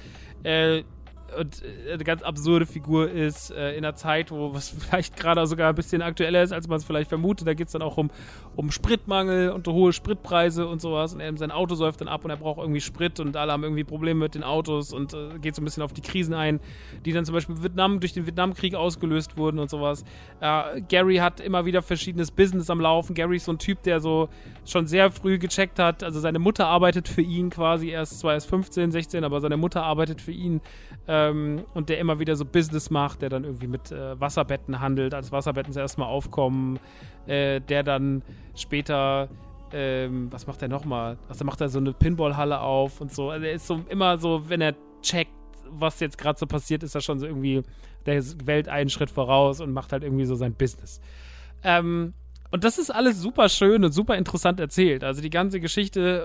S1: Und eine ganz absurde Figur ist in einer Zeit, wo was vielleicht gerade sogar ein bisschen aktueller ist, als man es vielleicht vermutet. Da geht es dann auch um Spritmangel und hohe Spritpreise und sowas. Und sein Auto säuft dann ab und er braucht irgendwie Sprit und alle haben irgendwie Probleme mit den Autos und geht so ein bisschen auf die Krisen ein, die dann zum Beispiel durch den Vietnamkrieg ausgelöst wurden und sowas. Gary hat immer wieder verschiedenes Business am Laufen. Gary ist so ein Typ, der so schon sehr früh gecheckt hat. Also seine Mutter arbeitet für ihn quasi. Er ist zwar erst 15, 16, aber seine Mutter arbeitet für ihn. Und der immer wieder so Business macht, der dann irgendwie mit Wasserbetten handelt, als Wasserbetten erstmal aufkommen, der dann später was macht er nochmal? Also macht er so eine Pinballhalle auf und so. Also er ist so immer so, wenn er checkt, was jetzt gerade so passiert, ist er schon so irgendwie der Welt einen Schritt voraus und macht halt irgendwie so sein Business. Und das ist alles super schön und super interessant erzählt. Also die ganze Geschichte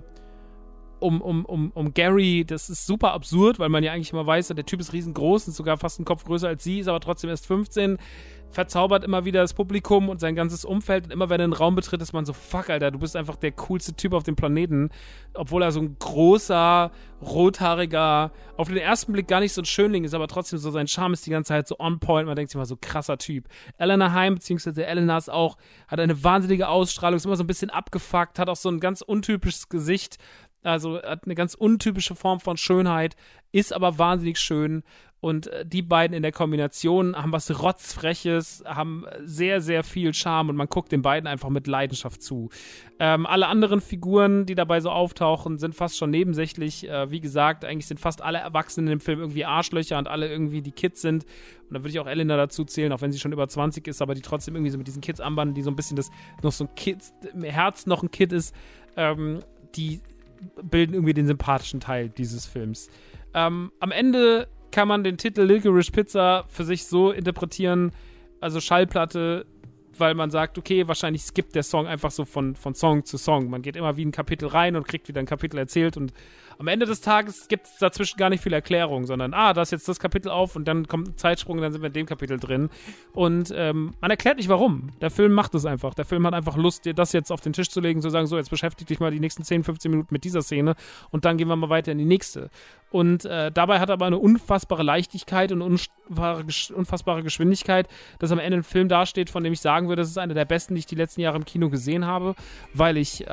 S1: um Gary, das ist super absurd, weil man ja eigentlich immer weiß, der Typ ist riesengroß und sogar fast einen Kopf größer als sie, ist aber trotzdem erst 15, verzaubert immer wieder das Publikum und sein ganzes Umfeld und immer wenn er einen Raum betritt, ist man so, fuck, Alter, du bist einfach der coolste Typ auf dem Planeten, obwohl er so ein großer, rothaariger, auf den ersten Blick gar nicht so ein Schönling ist, aber trotzdem so sein Charme ist die ganze Zeit so on point, man denkt sich mal so, krasser Typ. Eleanor Haim, beziehungsweise Eleanor ist auch, hat eine wahnsinnige Ausstrahlung, ist immer so ein bisschen abgefuckt, hat auch so ein ganz untypisches Gesicht, also hat eine ganz untypische Form von Schönheit, ist aber wahnsinnig schön und die beiden in der Kombination haben was Rotzfreches, haben sehr, sehr viel Charme und man guckt den beiden einfach mit Leidenschaft zu. Alle anderen Figuren, die dabei so auftauchen, sind fast schon nebensächlich. Wie gesagt, eigentlich sind fast alle Erwachsenen im Film irgendwie Arschlöcher und alle irgendwie die Kids sind. Und da würde ich auch Elena dazu zählen, auch wenn sie schon über 20 ist, aber die trotzdem irgendwie so mit diesen Kids anbanden, die so ein bisschen das noch so ein Kid, im Herz noch ein Kid ist, die bilden irgendwie den sympathischen Teil dieses Films. Am Ende kann man den Titel Licorice Pizza für sich so interpretieren, also Schallplatte, weil man sagt, okay, wahrscheinlich skippt der Song einfach so von Song zu Song. Man geht immer wie ein Kapitel rein und kriegt wieder ein Kapitel erzählt und am Ende des Tages gibt es dazwischen gar nicht viel Erklärung, sondern, da ist jetzt das Kapitel auf und dann kommt ein Zeitsprung und dann sind wir in dem Kapitel drin. Und man erklärt nicht, warum. Der Film macht es einfach. Der Film hat einfach Lust, dir das jetzt auf den Tisch zu legen, zu sagen, so, jetzt beschäftige dich mal die nächsten 10, 15 Minuten mit dieser Szene und dann gehen wir mal weiter in die nächste. Und dabei hat er aber eine unfassbare Leichtigkeit und unfassbare Geschwindigkeit, dass am Ende ein Film dasteht, von dem ich sagen würde, das ist einer der besten, die ich die letzten Jahre im Kino gesehen habe, weil ich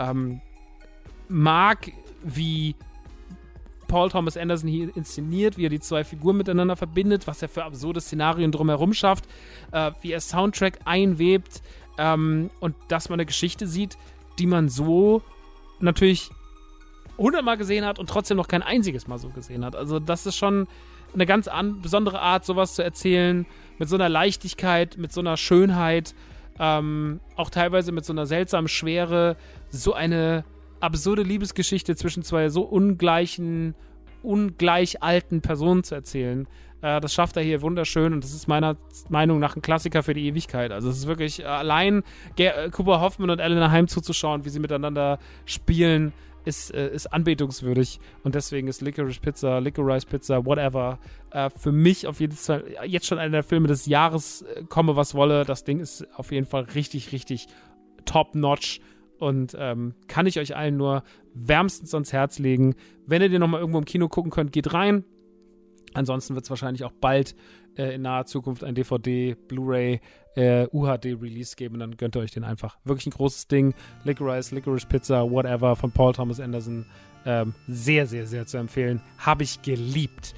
S1: mag, wie Paul Thomas Anderson hier inszeniert, wie er die zwei Figuren miteinander verbindet, was er für absurde Szenarien drumherum schafft, wie er Soundtrack einwebt und dass man eine Geschichte sieht, die man so natürlich 100-mal gesehen hat und trotzdem noch kein einziges Mal so gesehen hat. Also das ist schon eine ganz besondere Art, sowas zu erzählen, mit so einer Leichtigkeit, mit so einer Schönheit, auch teilweise mit so einer seltsamen Schwere, so eine absurde Liebesgeschichte zwischen zwei so ungleich alten Personen zu erzählen. Das schafft er hier wunderschön und das ist meiner Meinung nach ein Klassiker für die Ewigkeit. Also es ist wirklich allein Cooper Hoffman und Eleanor Haim zuzuschauen, wie sie miteinander spielen, ist anbetungswürdig und deswegen ist Licorice Pizza, whatever, für mich auf jeden Fall jetzt schon einer der Filme des Jahres, komme was wolle. Das Ding ist auf jeden Fall richtig, richtig top-notch. Und kann ich euch allen nur wärmstens ans Herz legen. Wenn ihr den nochmal irgendwo im Kino gucken könnt, geht rein. Ansonsten wird es wahrscheinlich auch bald in naher Zukunft ein DVD, Blu-ray, UHD-Release geben. Dann gönnt ihr euch den einfach. Wirklich ein großes Ding. Licorice Pizza, whatever, von Paul Thomas Anderson. Sehr, sehr, sehr zu empfehlen. Habe ich geliebt.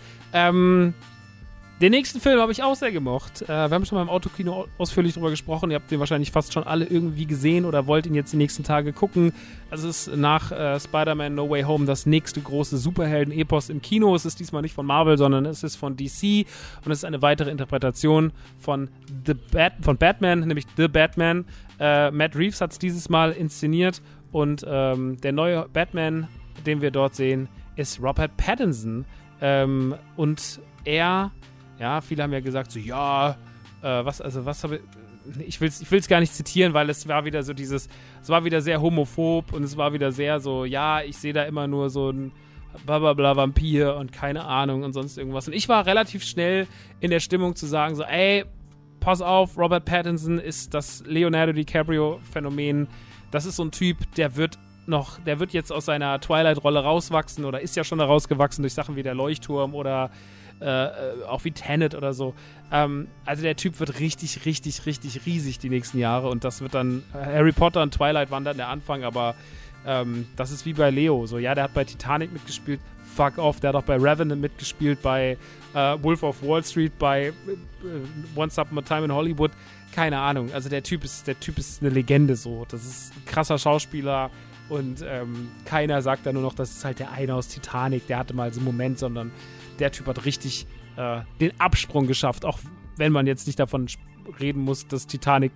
S1: Den nächsten Film habe ich auch sehr gemocht. Wir haben schon mal im Autokino ausführlich drüber gesprochen. Ihr habt den wahrscheinlich fast schon alle irgendwie gesehen oder wollt ihn jetzt die nächsten Tage gucken. Also es ist nach Spider-Man No Way Home das nächste große Superhelden-Epos im Kino. Es ist diesmal nicht von Marvel, sondern es ist von DC und es ist eine weitere Interpretation von Batman, nämlich The Batman. Matt Reeves hat es dieses Mal inszeniert und der neue Batman, den wir dort sehen, ist Robert Pattinson. Und er... Ja, viele haben ja gesagt, so, ja, was habe ich will es gar nicht zitieren, weil es war wieder so es war wieder sehr homophob und es war wieder sehr so, ja, ich sehe da immer nur so ein blablabla Vampir und keine Ahnung und sonst irgendwas. Und ich war relativ schnell in der Stimmung zu sagen, so, ey, pass auf, Robert Pattinson ist das Leonardo DiCaprio-Phänomen. Das ist so ein Typ, der wird jetzt aus seiner Twilight-Rolle rauswachsen oder ist ja schon da rausgewachsen durch Sachen wie der Leuchtturm oder auch wie Tenet oder so. Also der Typ wird richtig, richtig, richtig riesig die nächsten Jahre und das wird dann, Harry Potter und Twilight waren dann der Anfang, aber das ist wie bei Leo, so, ja, der hat bei Titanic mitgespielt, fuck off, der hat auch bei Revenant mitgespielt, bei Wolf of Wall Street, bei Once Upon a Time in Hollywood, keine Ahnung, also der Typ ist eine Legende, so, das ist ein krasser Schauspieler und keiner sagt da nur noch, das ist halt der eine aus Titanic, der hatte mal so einen Moment, sondern der Typ hat richtig den Absprung geschafft, auch wenn man jetzt nicht davon reden muss, dass Titanic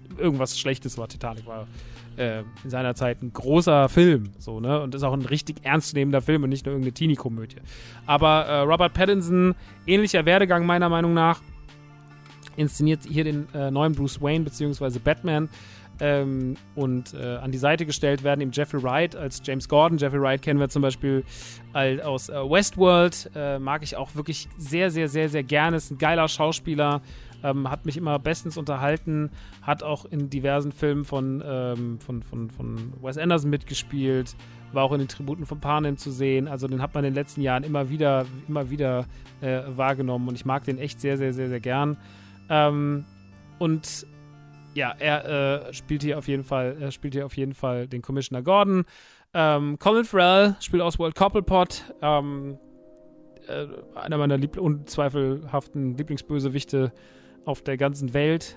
S1: irgendwas Schlechtes war. Titanic war in seiner Zeit ein großer Film, so, ne? Und ist auch ein richtig ernstzunehmender Film und nicht nur irgendeine Teenie-Komödie. Aber Robert Pattinson, ähnlicher Werdegang meiner Meinung nach, inszeniert hier den neuen Bruce Wayne bzw. Batman und an die Seite gestellt werden ihm Jeffrey Wright als James Gordon. Jeffrey Wright kennen wir zum Beispiel aus Westworld, mag ich auch wirklich sehr, sehr, sehr, sehr gerne, ist ein geiler Schauspieler, hat mich immer bestens unterhalten, hat auch in diversen Filmen von Wes Anderson mitgespielt, war auch in den Tributen von Panem zu sehen, also den hat man in den letzten Jahren immer wieder wahrgenommen und ich mag den echt sehr, sehr, sehr, sehr gern. Und ja, er spielt hier auf jeden Fall den Commissioner Gordon. Colin Farrell spielt Oswald Cobblepot, einer meiner unzweifelhaften Lieblingsbösewichte auf der ganzen Welt.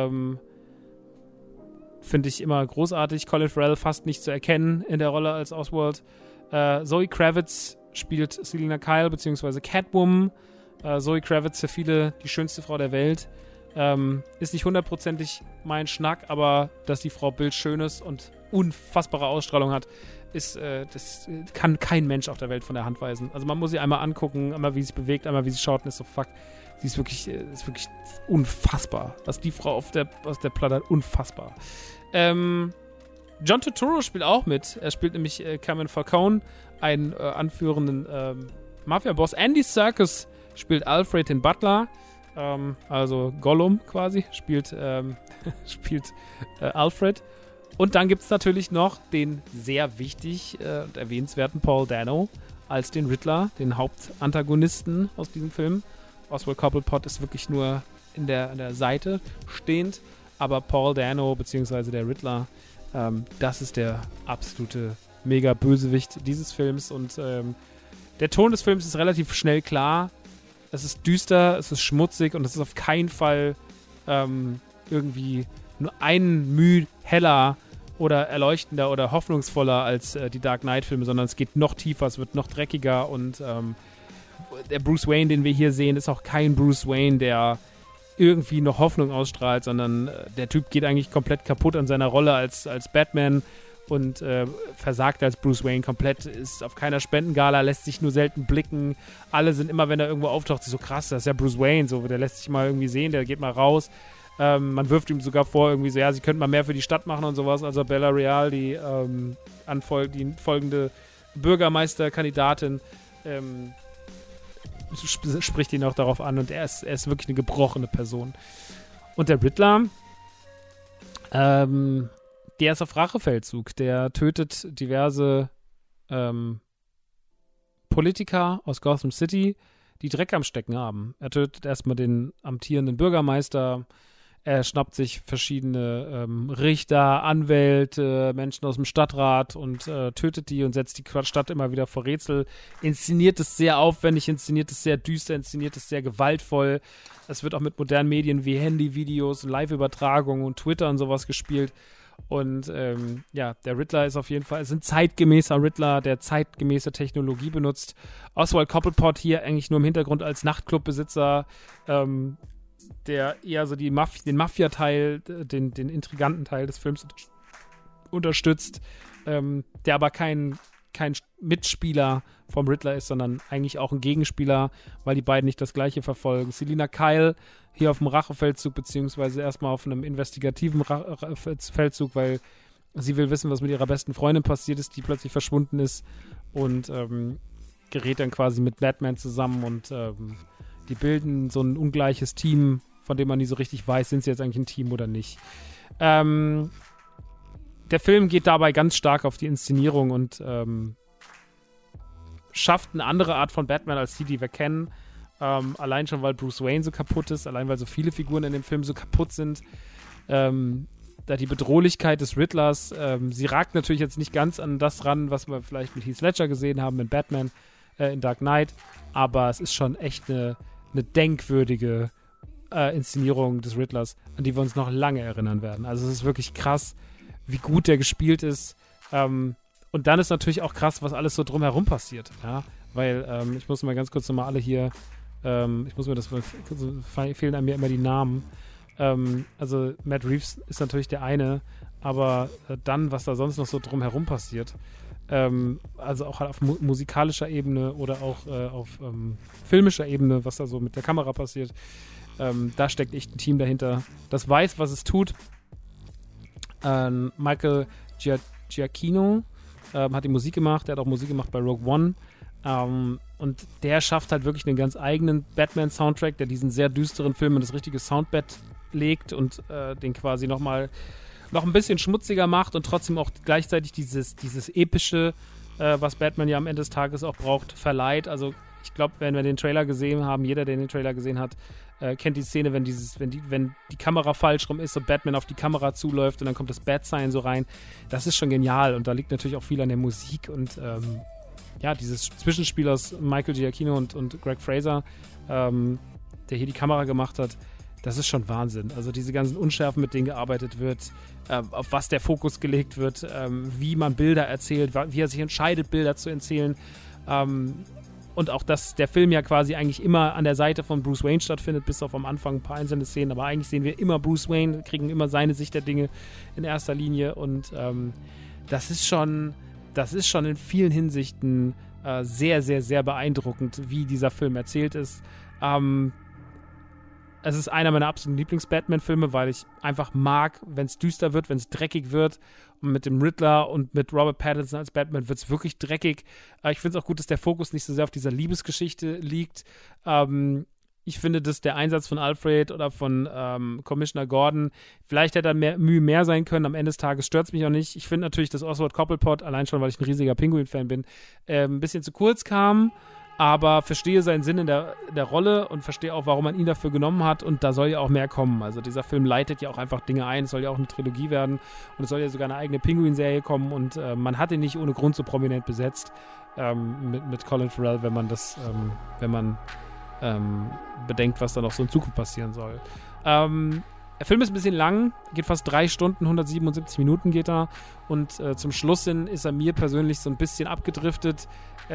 S1: Finde ich immer großartig. Colin Farrell fast nicht zu erkennen in der Rolle als Oswald. Zoe Kravitz spielt Selina Kyle bzw. Catwoman. Zoe Kravitz für viele die schönste Frau der Welt. Ist nicht hundertprozentig mein Schnack, aber dass die Frau bildschön ist und unfassbare Ausstrahlung hat, das kann kein Mensch auf der Welt von der Hand weisen. Also man muss sie einmal angucken, einmal wie sie sich bewegt, einmal wie sie schaut und ist so, fuck, sie ist wirklich unfassbar. Was die Frau aus der Platte hat, unfassbar. John Turturro spielt auch mit. Er spielt nämlich Cameron Falcone, einen anführenden Mafia-Boss. Andy Serkis spielt Alfred den Butler, also Gollum quasi, spielt Alfred. Und dann gibt es natürlich noch den sehr wichtig und erwähnenswerten Paul Dano als den Riddler, den Hauptantagonisten aus diesem Film. Oswald Cobblepot ist wirklich nur an der Seite stehend, aber Paul Dano bzw. der Riddler, das ist der absolute Mega-Bösewicht dieses Films und der Ton des Films ist relativ schnell klar. Es ist düster, es ist schmutzig und es ist auf keinen Fall irgendwie nur ein Mühe heller oder erleuchtender oder hoffnungsvoller als die Dark Knight-Filme, sondern es geht noch tiefer, es wird noch dreckiger und der Bruce Wayne, den wir hier sehen, ist auch kein Bruce Wayne, der irgendwie noch Hoffnung ausstrahlt, sondern der Typ geht eigentlich komplett kaputt an seiner Rolle als Batman und versagt als Bruce Wayne komplett, ist auf keiner Spendengala, lässt sich nur selten blicken. Alle sind immer, wenn er irgendwo auftaucht, so krass, das ist ja Bruce Wayne, so, der lässt sich mal irgendwie sehen, der geht mal raus. Man wirft ihm sogar vor, irgendwie so, ja, sie könnten mal mehr für die Stadt machen und sowas. Also Bella Real, die folgende Bürgermeisterkandidatin, spricht ihn auch darauf an und er ist wirklich eine gebrochene Person. Und der Riddler, der ist auf Rachefeldzug. Der tötet diverse Politiker aus Gotham City, die Dreck am Stecken haben. Er tötet erstmal den amtierenden Bürgermeister, er schnappt sich verschiedene Richter, Anwälte, Menschen aus dem Stadtrat und tötet die und setzt die Stadt immer wieder vor Rätsel. Inszeniert es sehr aufwendig, inszeniert es sehr düster, inszeniert es sehr gewaltvoll. Es wird auch mit modernen Medien wie Handyvideos, Live-Übertragungen und Twitter und sowas gespielt. Und der Riddler ist auf jeden Fall, ist ein zeitgemäßer Riddler, der zeitgemäße Technologie benutzt. Oswald Cobblepot hier eigentlich nur im Hintergrund als Nachtclubbesitzer, der eher so den Mafia-Teil, den intriganten Teil des Films unterstützt, der aber kein Mitspieler vom Riddler ist, sondern eigentlich auch ein Gegenspieler, weil die beiden nicht das Gleiche verfolgen. Selina Kyle hier auf dem Rachefeldzug, beziehungsweise erstmal auf einem investigativen Feldzug, weil sie will wissen, was mit ihrer besten Freundin passiert ist, die plötzlich verschwunden ist und gerät dann quasi mit Batman zusammen und die bilden so ein ungleiches Team, von dem man nie so richtig weiß, sind sie jetzt eigentlich ein Team oder nicht. Der Film geht dabei ganz stark auf die Inszenierung und schafft eine andere Art von Batman als die wir kennen. Allein schon, weil Bruce Wayne so kaputt ist, allein weil so viele Figuren in dem Film so kaputt sind. Da die Bedrohlichkeit des Riddlers, sie ragt natürlich jetzt nicht ganz an das ran, was wir vielleicht mit Heath Ledger gesehen haben in Batman, in Dark Knight, aber es ist schon echt eine denkwürdige Inszenierung des Riddlers, an die wir uns noch lange erinnern werden. Also es ist wirklich krass, wie gut der gespielt ist. Und dann ist natürlich auch krass, was alles so drumherum passiert. Ja? Weil, ich muss mal ganz kurz nochmal alle hier, fehlen an mir immer die Namen Also Matt Reeves ist natürlich der eine, aber dann, was da sonst noch so drumherum passiert, also auch halt auf musikalischer Ebene oder auch auf filmischer Ebene, was da so mit der Kamera passiert, da steckt echt ein Team dahinter, das weiß, was es tut. Michael Giacchino hat die Musik gemacht, der hat auch Musik gemacht bei Rogue One. Und der schafft halt wirklich einen ganz eigenen Batman-Soundtrack, der diesen sehr düsteren Film in das richtige Soundbed legt und den quasi noch ein bisschen schmutziger macht und trotzdem auch gleichzeitig dieses Epische, was Batman ja am Ende des Tages auch braucht, verleiht. Also ich glaube, wenn wir den Trailer gesehen haben, jeder, der den Trailer gesehen hat, kennt die Szene, wenn die Kamera falsch rum ist und Batman auf die Kamera zuläuft und dann kommt das Bat-Sign so rein. Das ist schon genial und da liegt natürlich auch viel an der Musik und dieses Zwischenspiel aus Michael Giacchino und Greg Fraser, der hier die Kamera gemacht hat, das ist schon Wahnsinn. Also diese ganzen Unschärfen, mit denen gearbeitet wird, auf was der Fokus gelegt wird, wie man Bilder erzählt, wie er sich entscheidet, Bilder zu erzählen. Und auch, dass der Film ja quasi eigentlich immer an der Seite von Bruce Wayne stattfindet, bis auf am Anfang ein paar einzelne Szenen. Aber eigentlich sehen wir immer Bruce Wayne, kriegen immer seine Sicht der Dinge in erster Linie. Und das ist schon in vielen Hinsichten sehr, sehr, sehr beeindruckend, wie dieser Film erzählt ist. Es ist einer meiner absoluten Lieblings-Batman-Filme, weil ich einfach mag, wenn es düster wird, wenn es dreckig wird. Und mit dem Riddler und mit Robert Pattinson als Batman wird es wirklich dreckig. Ich finde es auch gut, dass der Fokus nicht so sehr auf dieser Liebesgeschichte liegt. Ich finde, dass der Einsatz von Alfred oder von Commissioner Gordon, vielleicht hätte da mehr sein können. Am Ende des Tages stört es mich auch nicht. Ich finde natürlich, dass Oswald Cobblepot, allein schon, weil ich ein riesiger Pinguin-Fan bin, ein bisschen zu kurz kam. Aber verstehe seinen Sinn in der Rolle und verstehe auch, warum man ihn dafür genommen hat. Und da soll ja auch mehr kommen. Also dieser Film leitet ja auch einfach Dinge ein. Es soll ja auch eine Trilogie werden. Und es soll ja sogar eine eigene Pinguin-Serie kommen. Und man hat ihn nicht ohne Grund so prominent besetzt mit Colin Farrell, wenn man bedenkt, was da noch so in Zukunft passieren soll. Der Film ist ein bisschen lang, geht fast 3 Stunden, 177 Minuten geht er. Und zum Schluss hin ist er mir persönlich so ein bisschen abgedriftet.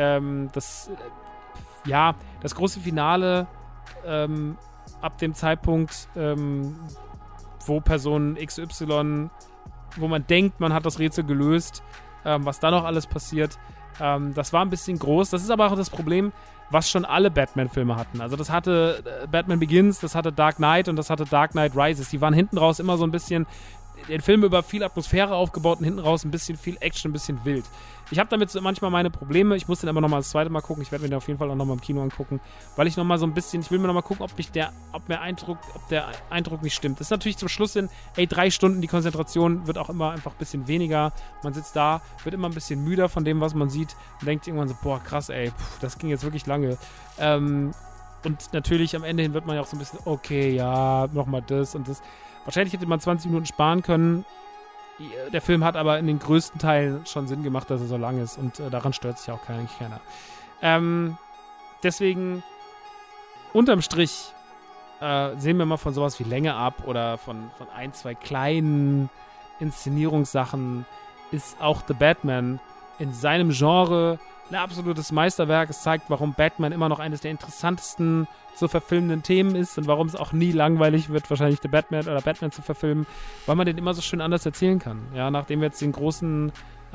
S1: Das große Finale ab dem Zeitpunkt, wo Person XY, wo man denkt, man hat das Rätsel gelöst, was da noch alles passiert, das war ein bisschen groß. Das ist aber auch das Problem, was schon alle Batman-Filme hatten. Also das hatte Batman Begins, das hatte Dark Knight und das hatte Dark Knight Rises. Die waren hinten raus immer so ein bisschen, den Film über viel Atmosphäre aufgebaut und hinten raus ein bisschen viel Action, ein bisschen wild. Ich habe damit manchmal meine Probleme. Ich muss den aber nochmal das zweite Mal gucken. Ich werde mir den auf jeden Fall auch nochmal im Kino angucken, weil ich nochmal so ein bisschen, ich will mir nochmal gucken, ob der Eindruck nicht stimmt. Das ist natürlich zum Schluss 3 Stunden, die Konzentration wird auch immer einfach ein bisschen weniger. Man sitzt da, wird immer ein bisschen müder von dem, was man sieht und denkt irgendwann so, boah, krass, das ging jetzt wirklich lange. Und natürlich am Ende hin wird man ja auch so ein bisschen, okay, ja, nochmal das und das. Wahrscheinlich hätte man 20 Minuten sparen können. Der Film hat aber in den größten Teilen schon Sinn gemacht, dass er so lang ist und daran stört sich auch eigentlich keiner. Deswegen, unterm Strich, sehen wir mal von sowas wie Länge ab oder von 1, 2 kleinen Inszenierungssachen, ist auch The Batman in seinem Genre ein absolutes Meisterwerk. Es zeigt, warum Batman immer noch eines der interessantesten zu verfilmenden Themen ist und warum es auch nie langweilig wird, wahrscheinlich The Batman oder Batman zu verfilmen, weil man den immer so schön anders erzählen kann. Ja, nachdem wir jetzt den großen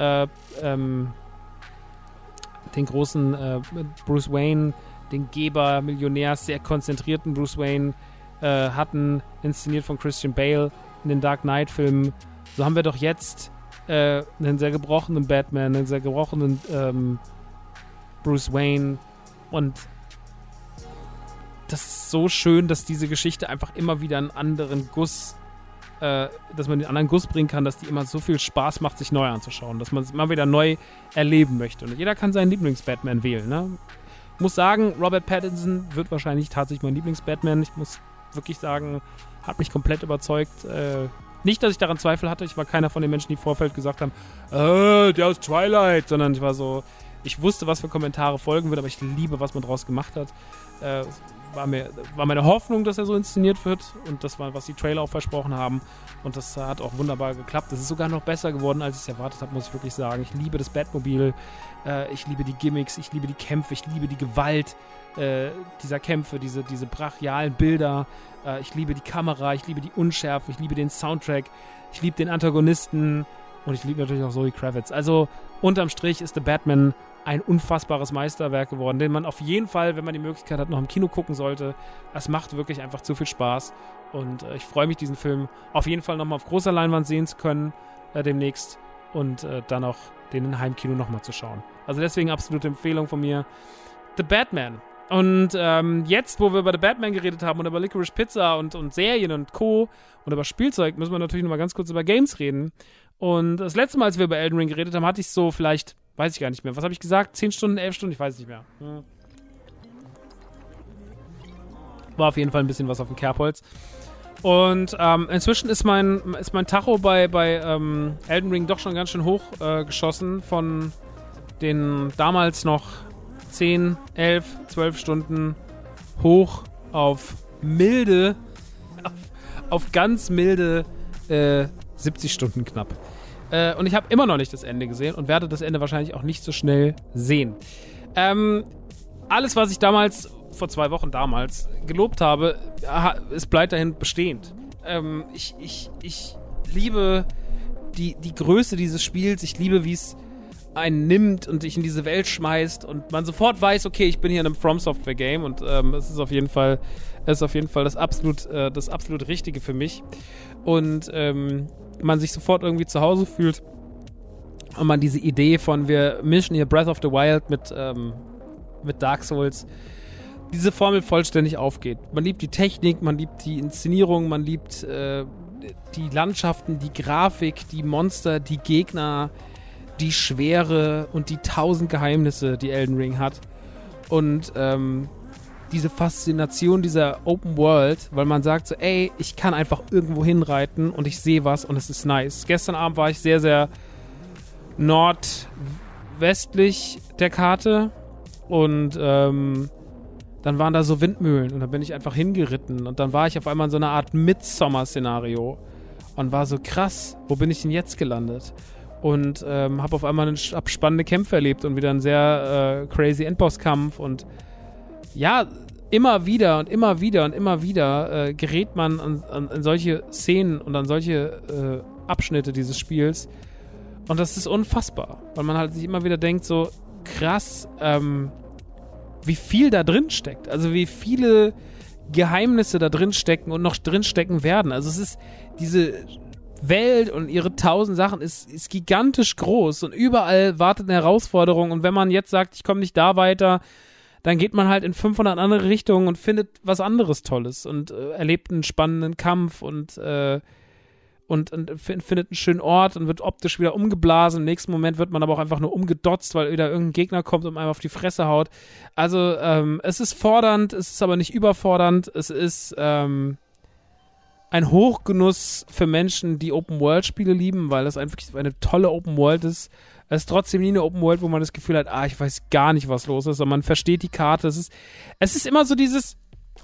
S1: Bruce Wayne, den Geber, Millionär, sehr konzentrierten Bruce Wayne hatten, inszeniert von Christian Bale in den Dark Knight-Filmen, so haben wir doch jetzt einen sehr gebrochenen Batman, einen sehr gebrochenen Bruce Wayne und das ist so schön, dass diese Geschichte einfach immer wieder einen anderen Guss, dass man den anderen Guss bringen kann, dass die immer so viel Spaß macht, sich neu anzuschauen, dass man es immer wieder neu erleben möchte. Und jeder kann seinen Lieblings-Batman wählen. Ne? Ich muss sagen, Robert Pattinson wird wahrscheinlich tatsächlich mein Lieblings-Batman. Ich muss wirklich sagen, hat mich komplett überzeugt. Nicht, dass ich daran Zweifel hatte. Ich war keiner von den Menschen, die im Vorfeld gesagt haben, der aus Twilight, sondern ich war so, Ich wusste, was für Kommentare folgen wird, aber ich liebe, was man draus gemacht hat. War meine Hoffnung, dass er so inszeniert wird und das war, was die Trailer auch versprochen haben und das hat auch wunderbar geklappt. Es ist sogar noch besser geworden, als ich es erwartet habe, muss ich wirklich sagen. Ich liebe das Batmobil, ich liebe die Gimmicks, ich liebe die Kämpfe, ich liebe die Gewalt dieser Kämpfe, diese brachialen Bilder, ich liebe die Kamera, ich liebe die Unschärfe, ich liebe den Soundtrack, ich liebe den Antagonisten und ich liebe natürlich auch Zoe Kravitz. Also unterm Strich ist The Batman ein unfassbares Meisterwerk geworden, den man auf jeden Fall, wenn man die Möglichkeit hat, noch im Kino gucken sollte. Es macht wirklich einfach zu viel Spaß und ich freue mich, diesen Film auf jeden Fall nochmal auf großer Leinwand sehen zu können demnächst und dann auch den in Heimkino nochmal zu schauen. Also deswegen absolute Empfehlung von mir. The Batman. Und jetzt, wo wir über The Batman geredet haben und über Licorice Pizza und Serien und Co. und über Spielzeug, müssen wir natürlich nochmal ganz kurz über Games reden. Und das letzte Mal, als wir über Elden Ring geredet haben, hatte ich so vielleicht, weiß ich gar nicht mehr. Was habe ich gesagt? 10 Stunden, 11 Stunden? Ich weiß es nicht mehr. War auf jeden Fall ein bisschen was auf dem Kerbholz. Und inzwischen ist mein Tacho bei Elden Ring doch schon ganz schön hoch geschossen von den damals noch 10, 11, 12 Stunden hoch auf milde, auf ganz milde 70 Stunden knapp. Und ich habe immer noch nicht das Ende gesehen und werde das Ende wahrscheinlich auch nicht so schnell sehen. Alles, was ich damals, vor 2 Wochen damals, gelobt habe, es bleibt dahin bestehend. Ich liebe die Größe dieses Spiels, ich liebe, wie es einen nimmt und dich in diese Welt schmeißt und man sofort weiß, okay, ich bin hier in einem From Software Game und es ist auf jeden Fall das absolut Richtige für mich. Und man sich sofort irgendwie zu Hause fühlt und man diese Idee von wir mischen hier Breath of the Wild mit Dark Souls, diese Formel vollständig aufgeht. Man liebt die Technik, man liebt die Inszenierung, man liebt die Landschaften, die Grafik, die Monster, die Gegner, die Schwere und die 1000 Geheimnisse, die Elden Ring hat. Und diese Faszination dieser Open World, weil man sagt so, ey, ich kann einfach irgendwo hinreiten und ich sehe was und es ist nice. Gestern Abend war ich sehr, sehr nordwestlich der Karte und dann waren da so Windmühlen und dann bin ich einfach hingeritten und dann war ich auf einmal in so einer Art Midsommar-Szenario und war so krass, wo bin ich denn jetzt gelandet? Und habe auf einmal spannende Kämpfe erlebt und wieder einen sehr crazy Endbosskampf und ja, immer wieder gerät man an solche Szenen und an solche Abschnitte dieses Spiels und das ist unfassbar, weil man halt sich immer wieder denkt so, krass, wie viel da drin steckt, also wie viele Geheimnisse da drin stecken und noch drin stecken werden, also es ist diese Welt und ihre 1000 Sachen ist gigantisch groß und überall wartet eine Herausforderung und wenn man jetzt sagt, ich komme nicht da weiter, dann geht man halt in 500 andere Richtungen und findet was anderes Tolles und erlebt einen spannenden Kampf und findet einen schönen Ort und wird optisch wieder umgeblasen. Im nächsten Moment wird man aber auch einfach nur umgedotzt, weil wieder irgendein Gegner kommt und einem auf die Fresse haut. Also es ist fordernd, es ist aber nicht überfordernd. Es ist ein Hochgenuss für Menschen, die Open-World-Spiele lieben, weil das einfach eine tolle Open-World ist. Es ist trotzdem nie eine Open-World, wo man das Gefühl hat, ich weiß gar nicht, was los ist, sondern man versteht die Karte. Es ist immer so dieses,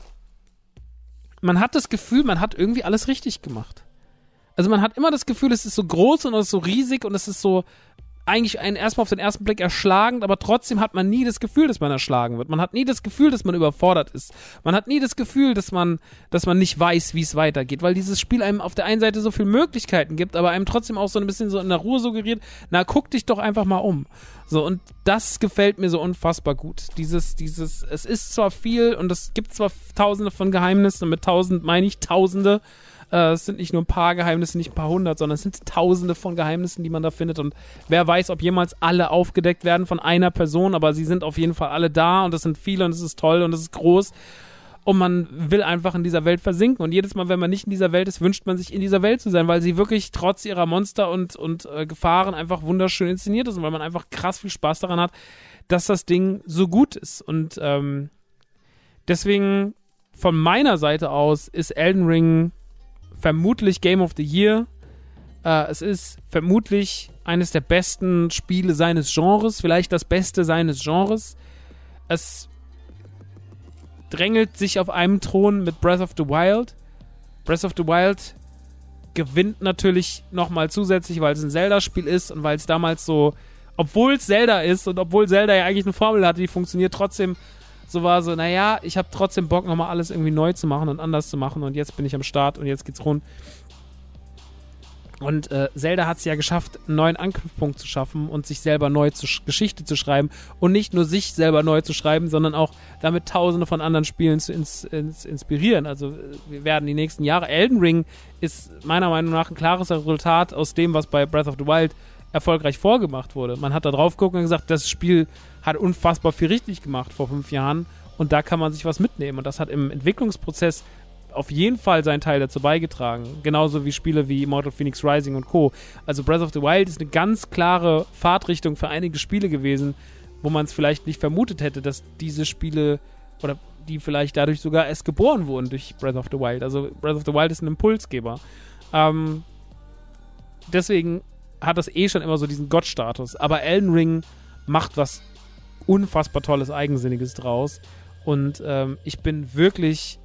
S1: man hat das Gefühl, man hat irgendwie alles richtig gemacht. Also man hat immer das Gefühl, es ist so groß und es ist so riesig und es ist so eigentlich einen erstmal auf den ersten Blick erschlagend, aber trotzdem hat man nie das Gefühl, dass man erschlagen wird. Man hat nie das Gefühl, dass man überfordert ist. Man hat nie das Gefühl, dass man nicht weiß, wie es weitergeht, weil dieses Spiel einem auf der einen Seite so viele Möglichkeiten gibt, aber einem trotzdem auch so ein bisschen so in der Ruhe suggeriert, guck dich doch einfach mal um. So, und das gefällt mir so unfassbar gut. Es ist zwar viel und es gibt zwar tausende von Geheimnissen und mit 1000 meine ich Tausende. Es sind nicht nur ein paar Geheimnisse, nicht ein paar hundert, sondern es sind tausende von Geheimnissen, die man da findet und wer weiß, ob jemals alle aufgedeckt werden von einer Person, aber sie sind auf jeden Fall alle da und es sind viele und es ist toll und es ist groß und man will einfach in dieser Welt versinken und jedes Mal, wenn man nicht in dieser Welt ist, wünscht man sich in dieser Welt zu sein, weil sie wirklich trotz ihrer Monster und Gefahren einfach wunderschön inszeniert ist und weil man einfach krass viel Spaß daran hat, dass das Ding so gut ist und deswegen von meiner Seite aus ist Elden Ring vermutlich Game of the Year. Es ist vermutlich eines der besten Spiele seines Genres, vielleicht das Beste seines Genres. Es drängelt sich auf einem Thron mit Breath of the Wild. Breath of the Wild gewinnt natürlich nochmal zusätzlich, weil es ein Zelda-Spiel ist und weil es damals so, obwohl es Zelda ist und obwohl Zelda ja eigentlich eine Formel hatte, die funktioniert trotzdem, so war so, naja, ich habe trotzdem Bock, nochmal alles irgendwie neu zu machen und anders zu machen und jetzt bin ich am Start und jetzt geht's rund. Und Zelda hat es ja geschafft, einen neuen Anknüpfpunkt zu schaffen und sich selber neu Geschichte zu schreiben und nicht nur sich selber neu zu schreiben, sondern auch damit Tausende von anderen Spielen zu inspirieren. Also wir werden die nächsten Jahre, Elden Ring ist meiner Meinung nach ein klares Resultat aus dem, was bei Breath of the Wild erfolgreich vorgemacht wurde. Man hat da drauf geguckt und gesagt, das Spiel hat unfassbar viel richtig gemacht vor 5 Jahren und da kann man sich was mitnehmen. Und das hat im Entwicklungsprozess auf jeden Fall seinen Teil dazu beigetragen. Genauso wie Spiele wie Immortal Phoenix Rising und Co. Also Breath of the Wild ist eine ganz klare Fahrtrichtung für einige Spiele gewesen, wo man es vielleicht nicht vermutet hätte, dass diese Spiele oder die vielleicht dadurch sogar erst geboren wurden durch Breath of the Wild. Also Breath of the Wild ist ein Impulsgeber. Deswegen hat das schon immer so diesen Gottstatus. Aber Elden Ring macht was unfassbar Tolles, Eigensinniges draus. Und ich bin wirklich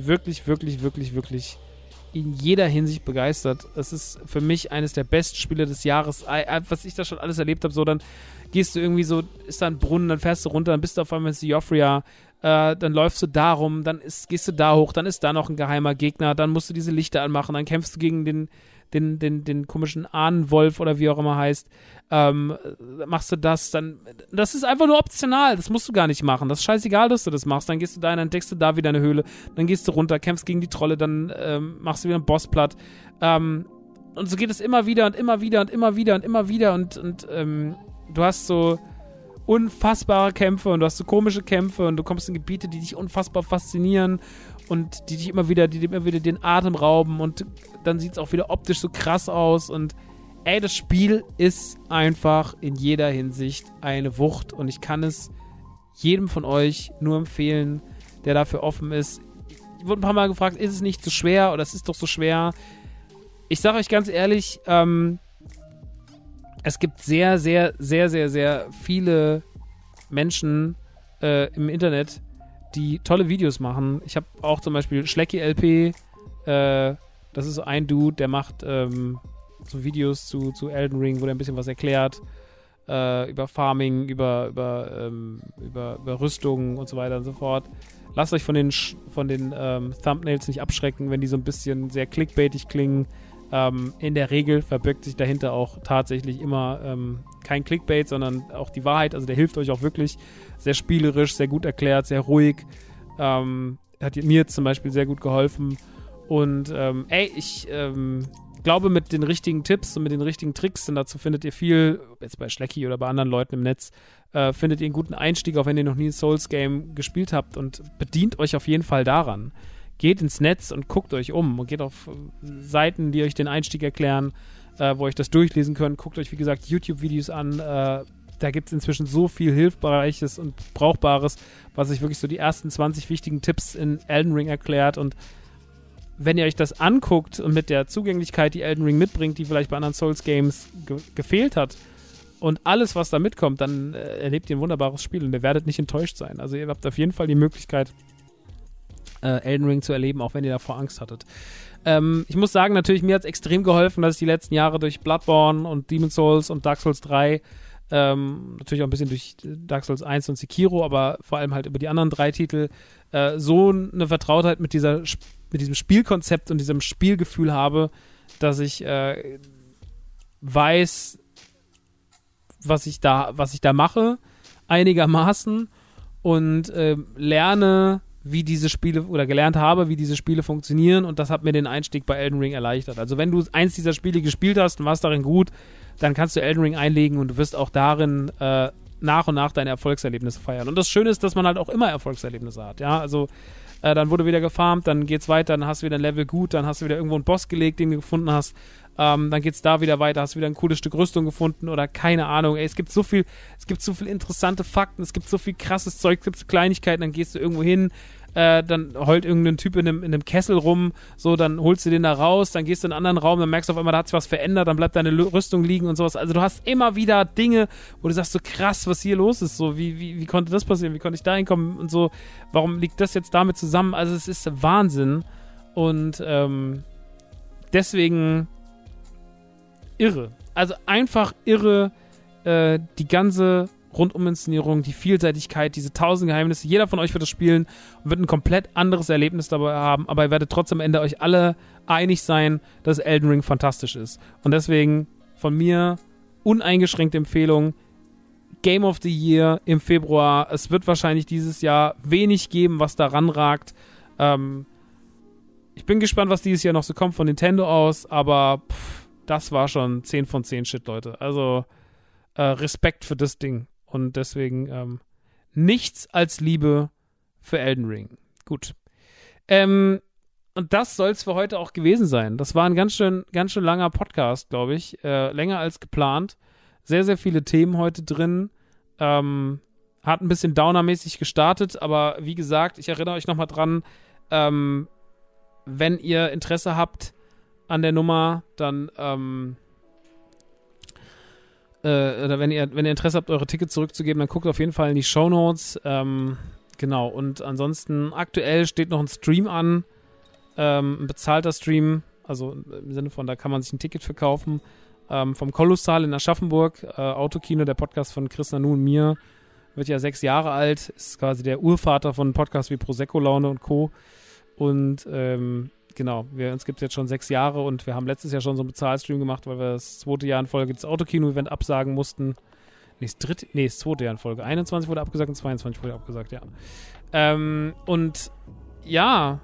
S1: in jeder Hinsicht begeistert. Es ist für mich eines der besten Spiele des Jahres. Was ich da schon alles erlebt habe, so dann gehst du irgendwie so, ist da ein Brunnen, dann fährst du runter, dann bist du auf einmal in Siofria, dann läufst du da rum, dann gehst du da hoch, dann ist da noch ein geheimer Gegner, dann musst du diese Lichter anmachen, dann kämpfst du gegen den komischen Ahnenwolf oder wie auch immer heißt, machst du das, dann, das ist einfach nur optional, das musst du gar nicht machen, das ist scheißegal, dass du das machst, dann gehst du da hin, dann entdeckst du da wieder eine Höhle, dann gehst du runter, kämpfst gegen die Trolle, dann machst du wieder einen Boss platt, und so geht es immer wieder und immer wieder und immer wieder und immer wieder und du hast so unfassbare Kämpfe und du hast so komische Kämpfe und du kommst in Gebiete, die dich unfassbar faszinieren und die dir immer wieder den Atem rauben und dann sieht es auch wieder optisch so krass aus und das Spiel ist einfach in jeder Hinsicht eine Wucht und ich kann es jedem von euch nur empfehlen, der dafür offen ist. Ich wurde ein paar Mal gefragt, ist es nicht zu schwer oder es ist doch so schwer. Ich sage euch ganz ehrlich, es gibt sehr, sehr, sehr, sehr, sehr viele Menschen im Internet, die tolle Videos machen. Ich habe auch zum Beispiel Schlecki LP, das ist so ein Dude, der macht so Videos zu Elden Ring, wo der ein bisschen was erklärt, über Farming, über Rüstungen und so weiter und so fort. Lasst euch von den Thumbnails nicht abschrecken, wenn die so ein bisschen sehr clickbaitig klingen. In der Regel verbirgt sich dahinter auch tatsächlich immer kein Clickbait, sondern auch die Wahrheit. Also der hilft euch auch wirklich sehr spielerisch, sehr gut erklärt, sehr ruhig. Hat mir jetzt zum Beispiel sehr gut geholfen. Und ich glaube, mit den richtigen Tipps und mit den richtigen Tricks, und dazu findet ihr viel, jetzt bei Schlecki oder bei anderen Leuten im Netz, findet ihr einen guten Einstieg, auch wenn ihr noch nie ein Souls-Game gespielt habt, und bedient euch auf jeden Fall daran. Geht ins Netz und guckt euch um und geht auf Seiten, die euch den Einstieg erklären, wo euch das durchlesen könnt. Guckt euch, wie gesagt, YouTube-Videos an. Da gibt es inzwischen so viel Hilfreiches und Brauchbares, was euch wirklich so die ersten 20 wichtigen Tipps in Elden Ring erklärt. Und wenn ihr euch das anguckt und mit der Zugänglichkeit, die Elden Ring mitbringt, die vielleicht bei anderen Souls-Games gefehlt hat, und alles, was da mitkommt, dann erlebt ihr ein wunderbares Spiel und ihr werdet nicht enttäuscht sein. Also ihr habt auf jeden Fall die Möglichkeit, Elden Ring zu erleben, auch wenn ihr davor Angst hattet. Ich muss sagen, natürlich, mir hat es extrem geholfen, dass ich die letzten Jahre durch Bloodborne und Demon's Souls und Dark Souls 3, natürlich auch ein bisschen durch Dark Souls 1 und Sekiro, aber vor allem halt über die anderen 3 Titel, so eine Vertrautheit mit diesem Spielkonzept und diesem Spielgefühl habe, dass ich weiß, was ich da mache, einigermaßen, und lerne, wie diese Spiele, oder gelernt habe, wie diese Spiele funktionieren, und das hat mir den Einstieg bei Elden Ring erleichtert. Also wenn du eins dieser Spiele gespielt hast und warst darin gut, dann kannst du Elden Ring einlegen und du wirst auch darin nach und nach deine Erfolgserlebnisse feiern. Und das Schöne ist, dass man halt auch immer Erfolgserlebnisse hat, ja, also dann wurde wieder gefarmt, dann geht's weiter, dann hast du wieder ein Level gut, dann hast du wieder irgendwo einen Boss gelegt, den du gefunden hast, Dann geht's da wieder weiter, hast wieder ein cooles Stück Rüstung gefunden oder keine Ahnung. Ey, es gibt so viel interessante Fakten, es gibt so viel krasses Zeug, es gibt so Kleinigkeiten, dann gehst du irgendwo hin, dann heult irgendein Typ in einem Kessel rum, so, dann holst du den da raus, dann gehst du in einen anderen Raum, dann merkst du auf einmal, da hat sich was verändert, dann bleibt deine Rüstung liegen und sowas. Also du hast immer wieder Dinge, wo du sagst, so krass, was hier los ist, so, wie konnte das passieren, wie konnte ich da hinkommen und so, warum liegt das jetzt damit zusammen? Also es ist Wahnsinn und deswegen irre. Also einfach irre, die ganze Runduminszenierung, die Vielseitigkeit, diese 1000 Geheimnisse. Jeder von euch wird das spielen und wird ein komplett anderes Erlebnis dabei haben, aber ihr werdet trotzdem am Ende euch alle einig sein, dass Elden Ring fantastisch ist. Und deswegen von mir uneingeschränkte Empfehlung, Game of the Year im Februar. Es wird wahrscheinlich dieses Jahr wenig geben, was da ranragt. Ich bin gespannt, was dieses Jahr noch so kommt von Nintendo aus, aber das war schon 10 von 10 Shit, Leute. Also Respekt für das Ding. Und deswegen nichts als Liebe für Elden Ring. Gut. Und das soll es für heute auch gewesen sein. Das war ein ganz schön langer Podcast, glaube ich. Länger als geplant. Sehr, sehr viele Themen heute drin. Hat ein bisschen downermäßig gestartet, aber wie gesagt, ich erinnere euch nochmal dran, wenn ihr Interesse habt an der Nummer, dann oder wenn ihr Interesse habt, eure Tickets zurückzugeben, dann guckt auf jeden Fall in die Shownotes. Genau, und ansonsten aktuell steht noch ein Stream an, ein bezahlter Stream, also im Sinne von, da kann man sich ein Ticket verkaufen, vom Kolossal in Aschaffenburg, Autokino, der Podcast von Chris Nanu und mir, wird ja 6 Jahre alt, ist quasi der Urvater von Podcasts wie Prosecco Laune und Co. Und genau, uns gibt es jetzt schon 6 Jahre und wir haben letztes Jahr schon so einen Bezahlstream gemacht, weil wir das 2. Jahr in Folge das Autokino-Event absagen mussten. Das 2. Jahr in Folge. 21 wurde abgesagt und 22 wurde abgesagt, ja. Und ja,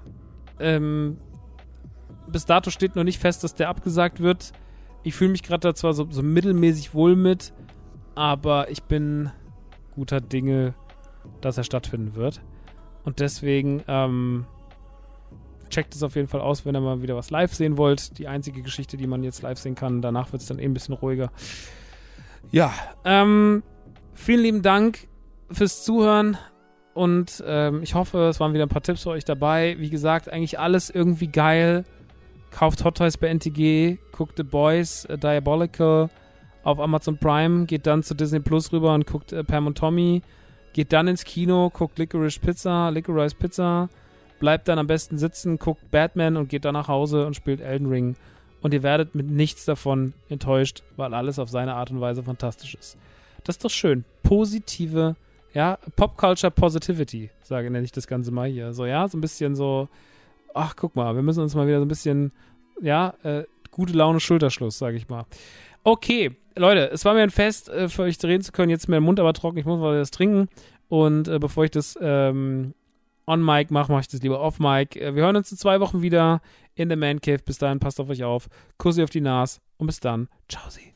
S1: bis dato steht noch nicht fest, dass der abgesagt wird. Ich fühle mich gerade da zwar so mittelmäßig wohl mit, aber ich bin guter Dinge, dass er stattfinden wird. Und deswegen, checkt es auf jeden Fall aus, wenn ihr mal wieder was live sehen wollt. Die einzige Geschichte, die man jetzt live sehen kann. Danach wird es dann ein bisschen ruhiger. Ja, vielen lieben Dank fürs Zuhören und ich hoffe, es waren wieder ein paar Tipps für euch dabei. Wie gesagt, eigentlich alles irgendwie geil. Kauft Hot Toys bei NTG, guckt The Boys, Diabolical auf Amazon Prime, geht dann zu Disney Plus rüber und guckt Pam und Tommy, geht dann ins Kino, guckt Licorice Pizza, bleibt dann am besten sitzen, guckt Batman und geht dann nach Hause und spielt Elden Ring. Und ihr werdet mit nichts davon enttäuscht, weil alles auf seine Art und Weise fantastisch ist. Das ist doch schön. Positive, ja, Pop-Culture Positivity, nenne ich das Ganze mal hier. So, ja, so ein bisschen so, ach, guck mal, wir müssen uns mal wieder so ein bisschen, ja, gute Laune, Schulterschluss, sage ich mal. Okay, Leute, es war mir ein Fest, für euch reden zu können. Jetzt ist mir der Mund aber trocken, ich muss mal das trinken. Und bevor ich das on Mic mache ich das lieber off Mic. Wir hören uns in 2 Wochen wieder in der Man Cave. Bis dahin, passt auf euch auf. Kussi auf die Nas und bis dann. Ciao sie.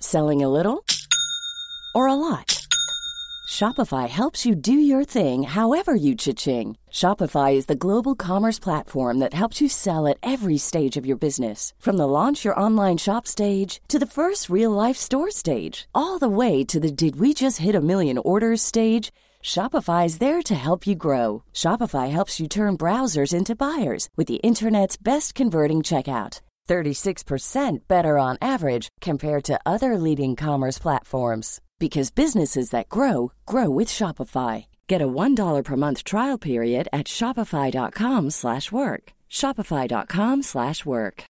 S2: Selling a little or a lot? Shopify helps you do your thing however you cha-ching. Shopify is the global commerce platform that helps you sell at every stage of your business. From the launch your online shop stage to the first real-life store stage, all the way to the did we just hit a million orders stage. Shopify is there to help you grow. Shopify helps you turn browsers into buyers with the internet's best converting checkout. 36% better on average compared to other leading commerce platforms. Because businesses that grow, grow with Shopify. Get a $1 per month trial period at shopify.com/work. Shopify.com/work.